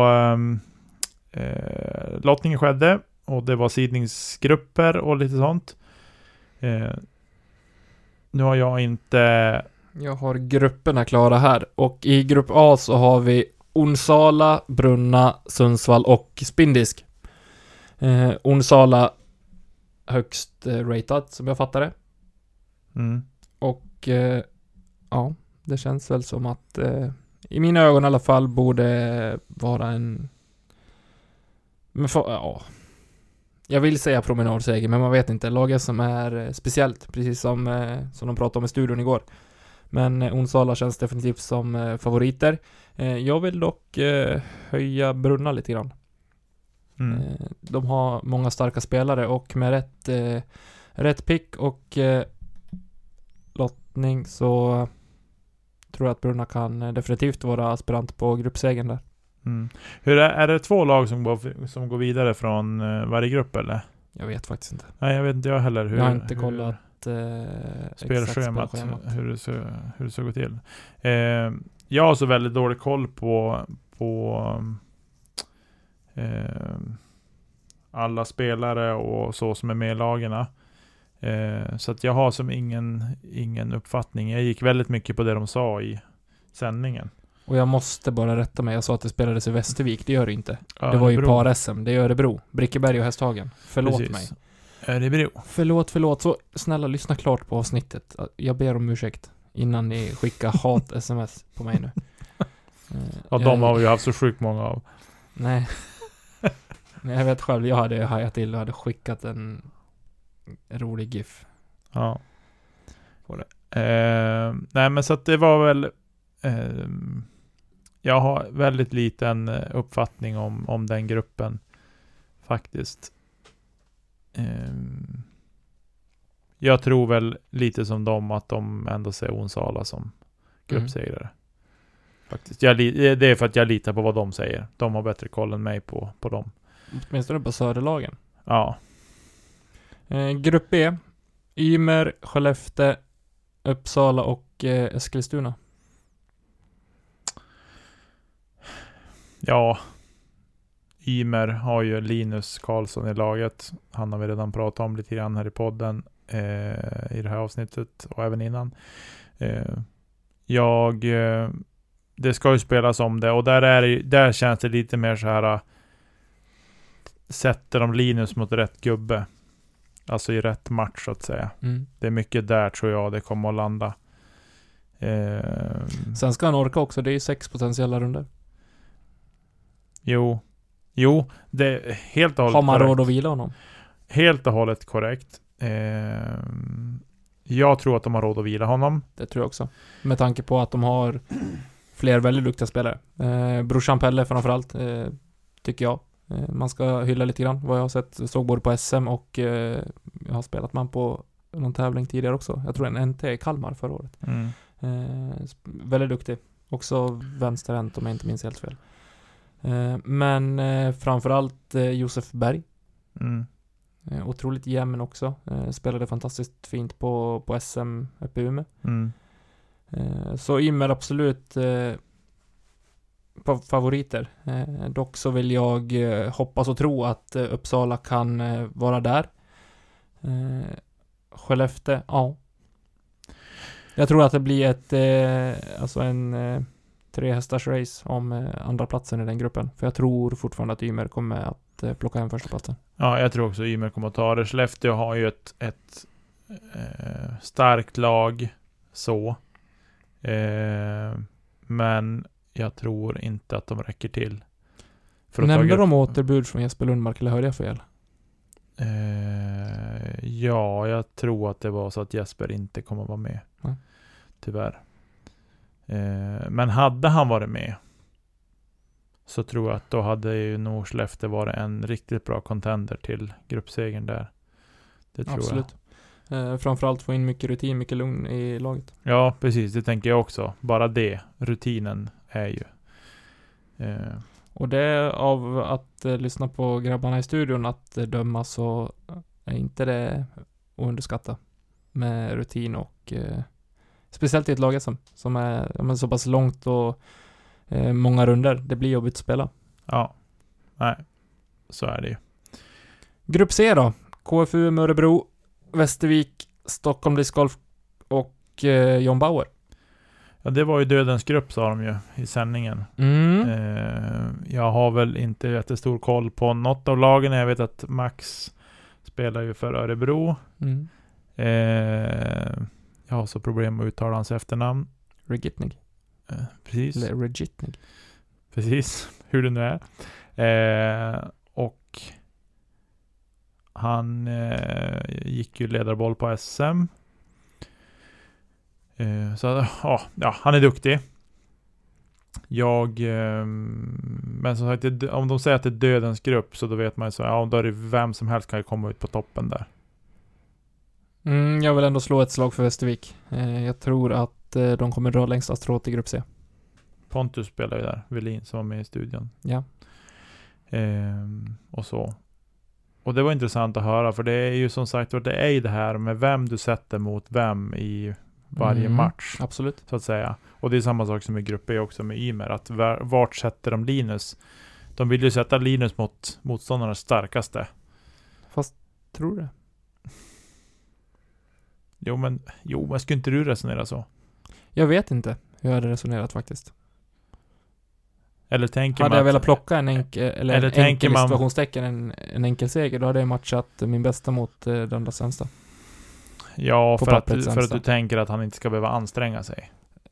eh, lottningen skedde och det var sidningsgrupper och lite sånt. Eh, nu har jag inte... Jag har grupperna klara här. Och i grupp A så har vi Onsala, Brunna, Sundsvall och Spindisk. Eh, Onsala högst eh, rated som jag fattar det. Mm. Och eh, ja, det känns väl som att eh, i mina ögon i alla fall borde vara en... Men för, ja... Jag vill säga promenadseger, men man vet inte. Laget som är eh, speciellt, precis som, eh, som de pratade om i studion igår. Men eh, Onsala känns definitivt som eh, favoriter. Eh, jag vill dock eh, höja Brunna lite grann. Mm. Eh, de har många starka spelare och med rätt, eh, rätt pick och eh, lottning så tror jag att Brunna kan eh, definitivt vara aspirant på gruppsegern där. Mm. Hur är, är det två lag som går, som går vidare från uh, varje grupp eller? Jag vet faktiskt inte. Nej, jag vet inte jag heller. Hur, jag har inte hur... kollat exakt, eh, spelschemat, exakt spelschemat. hur det ska, hur det ska gå till. Eh, jag har så väldigt dålig koll på på eh, alla spelare och så som är med i lagarna. Eh, så att jag har som ingen ingen uppfattning. Jag gick väldigt mycket på det de sa i sändningen. Och jag måste bara rätta mig. Jag sa att det spelades i Västervik. Det gör det inte. Ja, det var ju Örebro. par-S M. Det är Örebro. Brickeberg och Hästhagen. Förlåt Precis. mig. Örebro. Förlåt, förlåt. Så snälla, lyssna klart på avsnittet. Jag ber om ursäkt innan ni skickar hat-sms på mig nu. Eh, Ja, de har vi ju haft så sjukt många av. Nej. Nej, jag vet själv. Jag hade hajat till och hade skickat en rolig gif. Ja. Eh, nej, men så att det var väl eh, jag har väldigt liten uppfattning om, om den gruppen faktiskt. Eh, jag tror väl lite som dem att de ändå ser Onsala som gruppsegrare. Mm. Faktiskt. Jag, det är för att jag litar på vad de säger. De har bättre koll än mig på, på dem. Åtminstone på söderlagen. Ja. Eh, grupp B. Ymer, Skellefteå, Uppsala och eh, Eskilstuna. Ja. Ymer har ju Linus Karlsson i laget. Han har vi redan pratat om lite grann här i podden. Eh, I det här avsnittet. Och även innan. Eh, jag... Eh, det ska ju spelas om det. Och där, är, där känns det lite mer så här... Sätter de Linus mot rätt gubbe. Alltså i rätt match så att säga. Mm. Det är mycket där tror jag det kommer att landa. Eh, Sen ska han orka också. Det är ju sex potentiella runder. jo. Jo, det är helt och hållet har man korrekt. råd att vila honom? Helt och hållet korrekt. Eh, jag tror att de har råd att vila honom. Det tror jag också. Med tanke på att de har fler väldigt duktiga spelare. Eh, brorsan Pelle framförallt, eh, tycker jag. Eh, man ska hylla lite grann vad jag har sett. Såg både på S M och eh, jag har spelat man på någon tävling tidigare också. Jag tror en N T i Kalmar förra året. Mm. Eh, väldigt duktig. Också vänsterhänt om jag inte minns helt fel. Eh, men eh, framförallt eh, Josef Berg. Mm. Eh, otroligt jämn också. Eh, spelade fantastiskt fint på, på S M uppe i Umeå. Mm. Eh, så Ymer absolut eh, på favoriter. Eh, dock så vill jag eh, hoppas och tro att eh, Uppsala kan eh, vara där. Eh, Skellefteå, ja. Jag tror att det blir ett eh, alltså en eh, tre hästars race om eh, andra platsen i den gruppen. För jag tror fortfarande att Ymer kommer att eh, plocka hem första platsen. Ja, jag tror också Ymer kommer att ta det. Skellefteå har ju ett, ett eh, starkt lag så. Eh, men jag tror inte att de räcker till. För att Nämnde ta de återbud från Jesper Lundmark eller hörde jag fel? Eh, ja, jag tror att det var så att Jesper inte kommer att vara med. Mm. Tyvärr. Eh, men hade han varit med så tror jag att då hade ju nog Skellefteå varit en riktigt bra contender till gruppsegern där. Det tror Absolut. jag. Eh, framförallt få in mycket rutin, mycket lugn i laget. Ja, precis. Det tänker jag också. Bara det. Rutinen är ju... Eh, Och det är av att eh, lyssna på grabbarna i studion att eh, döma så är inte det att underskatta med rutin och eh, speciellt i ett lag som, som är ja, men så pass långt och eh, många runder. Det blir jobbigt att spela. ja. Nej. Så är det ju. Grupp C då. K F U med Örebro, Västervik, Stockholm Disc Golf och eh, John Bauer. Ja, det var ju dödens grupp sa de ju i sändningen. Mm. Eh, jag har väl inte jättestor koll på något av lagen. Jag vet att Max spelar ju för Örebro. Mm. Eh, jag har så problem med att uttala hans efternamn. Regitnig. Eh, precis. Eller Regitnig. Precis. Hur det nu är. Eh, och han eh, gick ju ledarboll på S M. Eh, så ja, ja, han är duktig. Jag eh, men som sagt, det, om de säger att det är dödens grupp så då vet man ju så ja, då är det vem som helst kan ju komma ut på toppen där. Mm, jag vill ändå slå ett slag för Västervik. Eh, jag tror att eh, de kommer dra längsta strået i grupp C. Pontus spelar ju där, Velin som var med i studion. Ja. Eh, och så. Och det var intressant att höra, för det är ju som sagt det är ju det här med vem du sätter mot vem i varje Mm, match, absolut. så att säga. Och det är samma sak som i grupp E också med Ymer, att vart sätter de Linus? De vill ju sätta Linus mot motståndarnas starkaste. Fast, tror det? Jo, men jo, men skulle inte du resonera så? Jag vet inte hur jag hade resonerat faktiskt. Eller tänker hade man jag att, velat plocka en enkel, eller, eller en tänker enkel man- situationstecken, en, en enkel seger, då hade jag matchat min bästa mot eh, den där sämsta. ja, på för att, pappret för att sämsta. du tänker att han inte ska behöva anstränga sig.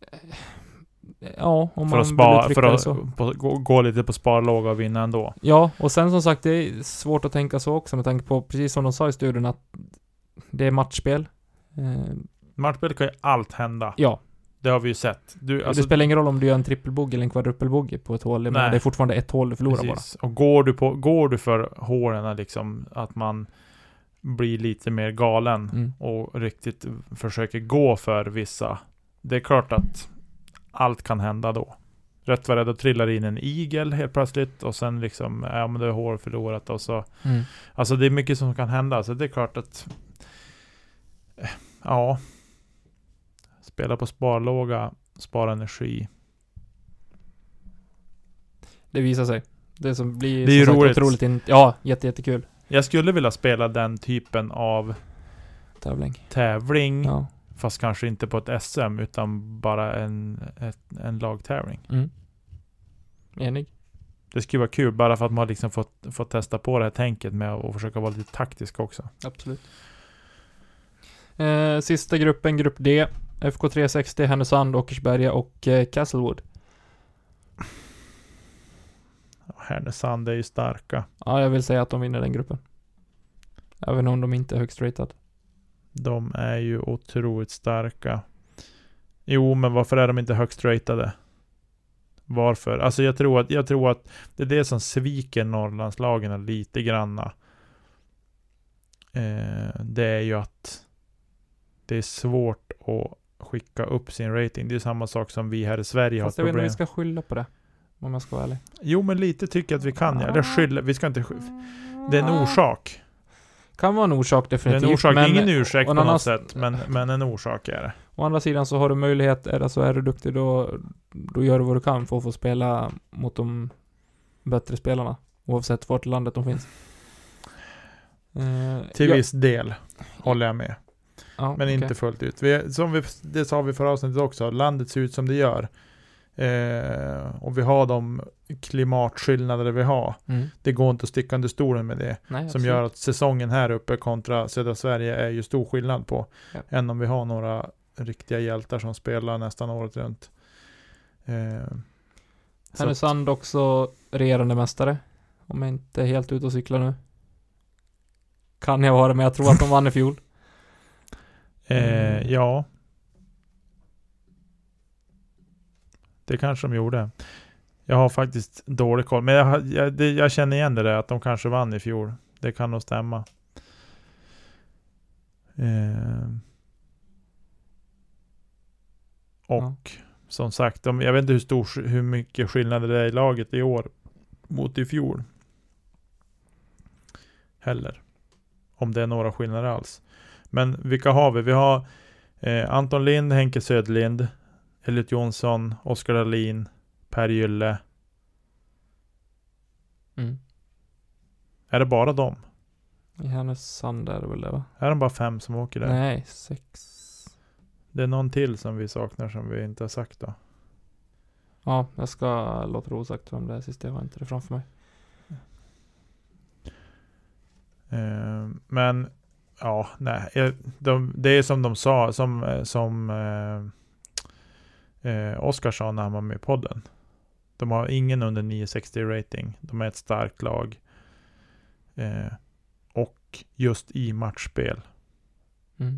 Ja, om För man att, vill spara, uttrycka för det att så. på, gå, gå lite på sparlåga och vinna ändå. Ja, och sen som sagt, det är svårt att tänka så också med tanke på, precis som de sa i studion, att det är matchspel. Eh, Matchspel kan ju allt hända. ja, Det har vi ju sett. Du, alltså, det spelar ingen roll om du gör en trippelbogey eller en kvadruppelbogey på ett hål. Jag menar, Nej. det är fortfarande ett hål du förlorar precis. Och går du, på, går du för hålen liksom, att man blir lite mer galen bara. Mm. och riktigt försöker gå för vissa. Det är klart att allt kan hända då. Rätt vad det är, då trillar in en igel helt plötsligt och sen liksom, ja men det är hår förlorat och så. Mm. Alltså det är mycket som kan hända, så det är klart att eh, ja, spela på sparlåga, spara energi. Det visar sig. Det som blir Det är ju som sagt roligt. otroligt in- ja, jätte, jättekul Jag skulle vilja spela den typen av tävling. tävling, Ja. fast kanske inte på ett S M utan bara en, ett, en lagtävling. Mm. Enig. Det skulle vara kul bara för att man liksom fått, fått testa på det här tänket med att försöka vara lite taktisk också. Absolut. Eh, sista gruppen, grupp D. F K trehundrasextio, Härnösand, Åkersberga och eh, Castlewood. Härnösand är ju starka. Ja, jag vill säga att de vinner den gruppen. Även om de inte är högst rated. De är ju otroligt starka. Jo, men varför är de inte högst ratade? Varför? Alltså jag tror att, jag tror att det är det som sviker Norrlandslagen lite granna. Eh, det är ju att det är svårt att skicka upp sin rating. Det är samma sak som vi här i Sverige har Fast jag vet inte om problem. vi ska skylla på det. Om jag ska vara ärlig. Jo, men lite tycker jag att vi kan. Ja. Eller skylla, vi ska inte sky- Det är en orsak. Kan vara en orsak Det är definitivt. en orsak, men ingen ursäkt och på en något annan- sätt, men, men en orsak är det. Å andra sidan så har du möjlighet, är, alltså är du duktig då, då gör du vad du kan för att få spela mot de bättre spelarna. Oavsett vart i landet de finns. Eh, Till ja, viss del håller jag med. ja, Men okej. inte fullt ut. Vi, som vi, det sa vi förra avsnittet också. Landet ser ut som det gör. Eh, och vi har de klimatskillnader vi har. Mm. Det går inte att sticka under stolen med det. Nej, Som absolut. gör att säsongen här uppe kontra södra Sverige är ju stor skillnad på. Ja. Än om vi har några riktiga hjältar som spelar nästan året runt. Eh, så att- Härnösand också regerande mästare. Om jag inte är helt ute och cyklar nu. Kan jag vara, men jag tror att de vann i fjol. Eh, Mm. ja. Det kanske de gjorde. Jag har faktiskt dålig koll. Men jag, har- jag, det, jag känner igen det där att de kanske vann i fjol. Det kan nog stämma. Eh, och som sagt, de, jag vet inte hur, stor, hur mycket skillnad det är i laget i år mot i fjol. Heller. Om det är några skillnader alls. Men vilka har vi? Vi har eh, Anton Lind, Henke Söderlind, Elliot Jonsson, Oskar Dahlin, Per Gylle. Mm. Är det bara dem? I Härnösand är det väl det, va? Är de bara fem som åker där? Nej, sex. Det är någon till som vi saknar som vi inte har sagt då. Ja, jag ska låta det osagt om det är sista. Jag har inte det framför mig. Eh, men ja, nej. jag- De, det är som de sa, som, eh, som eh, eh, Oskar sa när han var med i podden. De har ingen under nio sextio rating. De är ett starkt lag. Eh, och just i matchspel. Mm.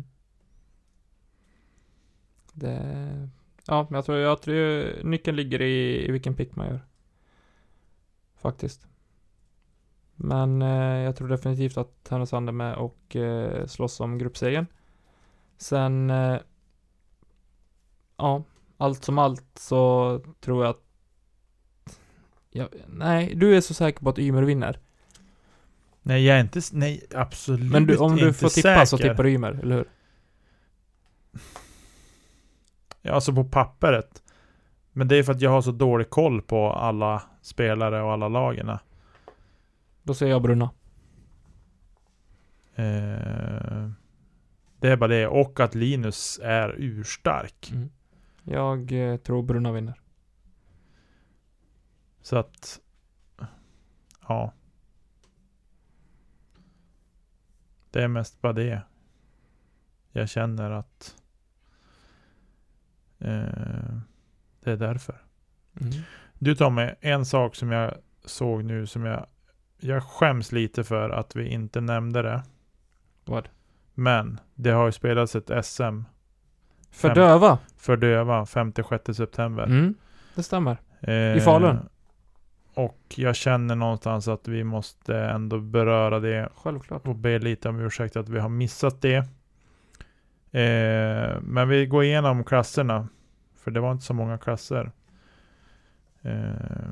Det... Ja, men jag tror, jag tror nyckeln ligger i, i vilken pick man gör. Faktiskt. Men eh, jag tror definitivt att Härnösand är med och eh, slåss om gruppsegern. Sen, eh, ja, allt som allt så tror jag att... Ja, nej, du är så säker på att Ymer vinner. Nej, jag är inte... Nej, absolut. Men du, om du får tippa säker. så tippar du Ymer, eller hur? Ja, alltså på pappret. Men det är för att jag har så dålig koll på alla spelare och alla lagerna. Då säger jag Brunna. Eh, det är bara det. Och att Linus är urstark. Mm. Jag eh, tror Brunna vinner. Så att... Ja. Det är mest bara det. Jag känner att... Eh, det är därför. Mm. Du Tommy, en sak som jag såg nu som jag... Jag skäms lite för att vi inte nämnde det. Vad? Men det har ju spelats ett S M. För Fem, döva? För döva, femte sjätte september. Mm, det stämmer. Eh, I Falun. Och jag känner någonstans att vi måste ändå beröra det. Självklart. Och be lite om ursäkt att vi har missat det. Eh, men vi går igenom klasserna. För det var inte så många klasser. Eh,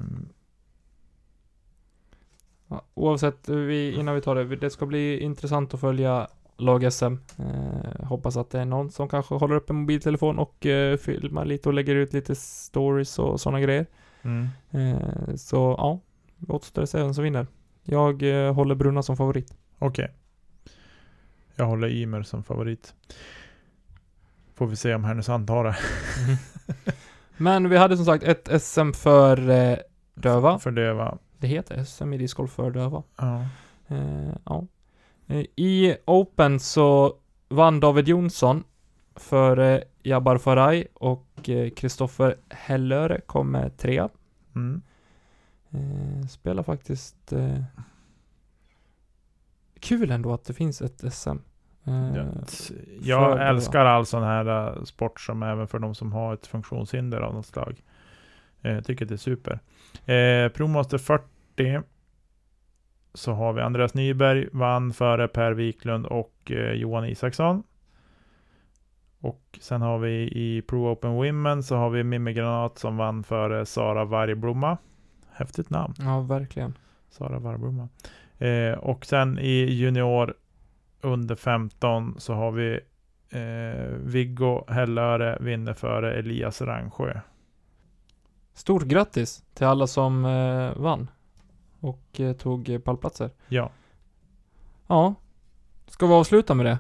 Ja, oavsett, vi, innan vi tar det, det ska bli intressant att följa lag-S M. Eh, hoppas att det är någon som kanske håller upp en mobiltelefon och eh, filmar lite och lägger ut lite stories och sådana grejer. mm. Eh, så ja, låt oss se vem som vinner. Jag eh, håller Brunna som favorit. Okej. Okay. Jag håller Ymer som favorit. Får vi se om Härnösand tar det. Mm. Men vi hade som sagt ett S M för eh, döva. För döva. Det heter S M i discgolf för döva. Ja. Eh, ja. Eh, I Open så vann David Jonsson för eh, Jabbar Faraj och Kristoffer eh, Hellöre kom med trea. Mm. Eh, spelar faktiskt eh, kul ändå att det finns ett S M. Eh, Ja, jag älskar all sån här uh, sport som även för de som har ett funktionshinder av något slag. Jag eh, tycker det är super. Eh, ProMaster fyrtio så har vi Andreas Nyberg vann före Per Wiklund och eh, Johan Isaksson. Och sen har vi i Pro Open Women så har vi Mimmi Granat som vann före Sara Vargblomma. Häftigt namn. Ja, verkligen. Sara Vargblomma. Eh, och sen i junior under femton så har vi eh, Viggo Hellöre vinner före Elias Rangsjö. Stort grattis till alla som eh, vann och eh, tog eh, pallplatser. Ja. Ja. Ska vi avsluta med det?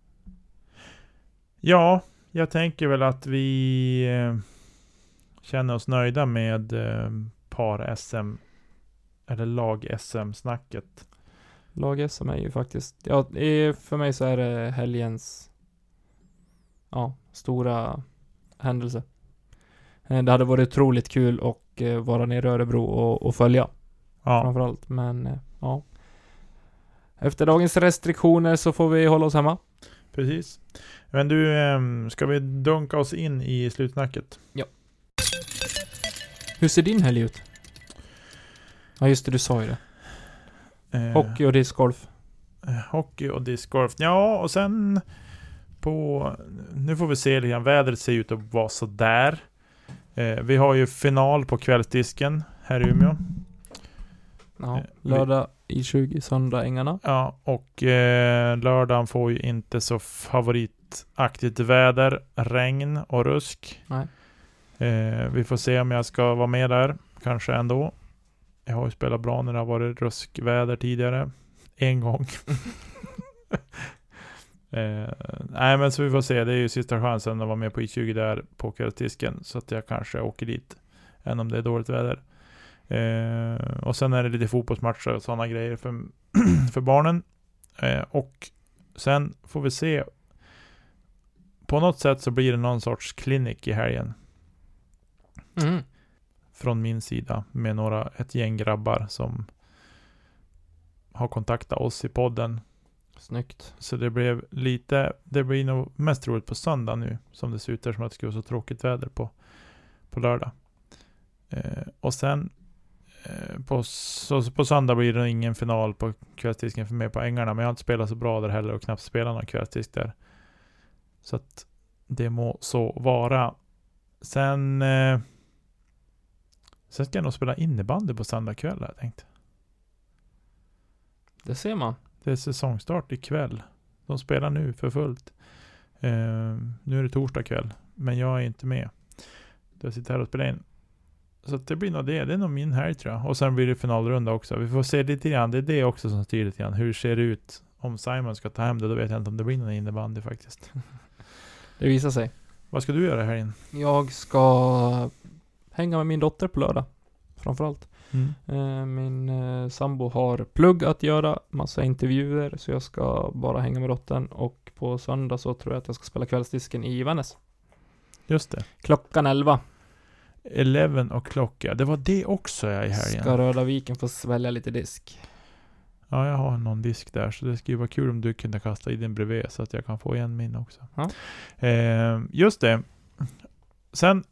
Ja, jag tänker väl att vi eh, känner oss nöjda med eh, par-S M eller lag-S M-snacket. Lag-S M är ju faktiskt, ja, är, för mig så är det helgens ja, stora händelse. Eh, det hade varit otroligt kul att eh, vara nere i Örebro och, och följa. Ja. Framförallt, men eh, ja. Efter dagens restriktioner så får vi hålla oss hemma. Precis. Men du, eh, ska vi dunka oss in i slutsnacket? Ja. Hur ser din helg ut? Ja, just det, du sa ju det. Eh, Hockey och discgolf. eh, hockey och discgolf. Ja, och sen på... Nu får vi se lite grann. Vädret ser ut att vara så där. Eh, vi har ju final på kvällsdisken här i Umeå. Ja, Eh, lördag i tjugo, söndag Ängarna. Ja, och eh, lördagen får ju inte så favoritaktigt väder, regn och rusk. Nej. Eh, vi får se om jag ska vara med där, kanske ändå. Jag har ju spelat bra när det har varit ruskväder tidigare. En gång. eh, nej, men så vi får se. Det är ju sista chansen att vara med på I tjugo där på kvällsdisken. Så att jag kanske åker dit, än om det är dåligt väder. Eh, och sen är det lite fotbollsmatcher och sådana grejer för, för barnen. Eh, och sen får vi se. På något sätt så blir det någon sorts klinik i helgen. Mm. Från min sida med några, ett gäng grabbar som har kontaktat oss i podden. Snyggt. Så det blev lite, det blir nog mest roligt på söndag nu, som det ser ut där, som att det ska vara så tråkigt väder på, på lördag. Eh, och sen eh, på, så, på söndag blir det ingen final på kvällsdisken för mig på Ängarna, men jag har inte spelat så bra där heller och knappt spelat någon kvällsdisk där. Så att det må så vara. Sen eh, sen ska jag nog spela innebandy på söndag kväll, har jag tänkt. Det ser man. Det är säsongstart ikväll. De spelar nu för fullt. Eh, nu är det torsdag kväll. Men jag är inte med. Jag sitter här och spelar in. Så det blir nog det. Det är nog min här tror jag. Och sen blir det finalrunda också. Vi får se lite grann. Det är det också som styr lite grann. Hur ser det ut om Simon ska ta hem det? Då vet jag inte om det blir någon innebandy faktiskt. Det visar sig. Vad ska du göra här in? Jag ska hänga med min dotter på lördag. Framförallt. Mm. Eh, min eh, sambo har plugg att göra. Massa intervjuer. Så jag ska bara hänga med dottern. Och på söndag så tror jag att jag ska spela kvällsdisken i Vännäs. Just det. Klockan elva. elva och klocka. Det var det också jag i helgen. Ska Röda Viken få svälja lite disk. Ja, jag har någon disk där. Så det skulle vara kul om du kunde kasta i din bredvid. Så att jag kan få igen min också. Ja. Eh, just det. Sen.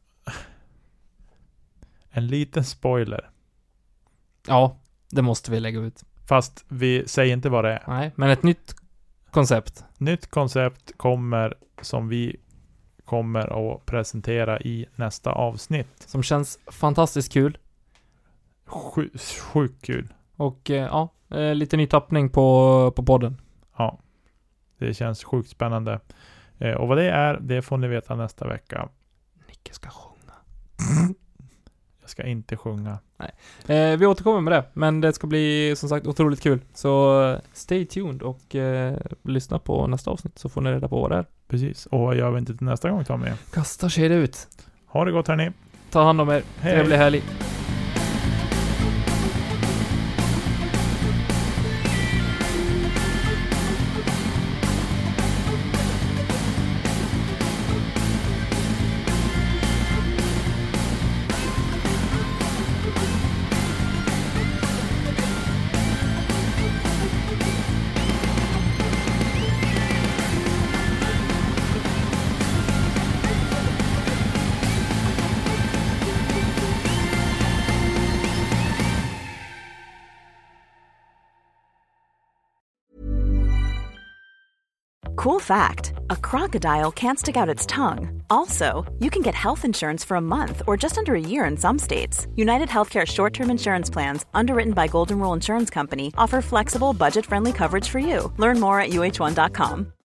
En liten spoiler. Ja, det måste vi lägga ut. Fast vi säger inte vad det är. Nej, men ett nytt koncept. Nytt koncept kommer som vi kommer att presentera i nästa avsnitt. Som känns fantastiskt kul. Sju, sjukt kul. Och eh, ja, eh, lite ny tappning på, på podden. Ja, det känns sjukt spännande. Eh, och vad det är, det får ni veta nästa vecka. Nicke ska sjunga. Jag ska inte sjunga. Nej. Eh, vi återkommer med det, men det ska bli som sagt otroligt kul. Så eh, stay tuned och eh, lyssna på nästa avsnitt så får ni reda på vad det är. Precis, och vad gör vi inte till nästa gång, Tommy? Kasta kedja ut. Ha det gott hörni. Ta hand om er. Hej. Trevlig helg. Cool fact, a crocodile can't stick out its tongue. Also, you can get health insurance for a month or just under a year in some states. United Healthcare short-term insurance plans, underwritten by Golden Rule Insurance Company, offer flexible, budget-friendly coverage for you. Learn more at U H one dot com.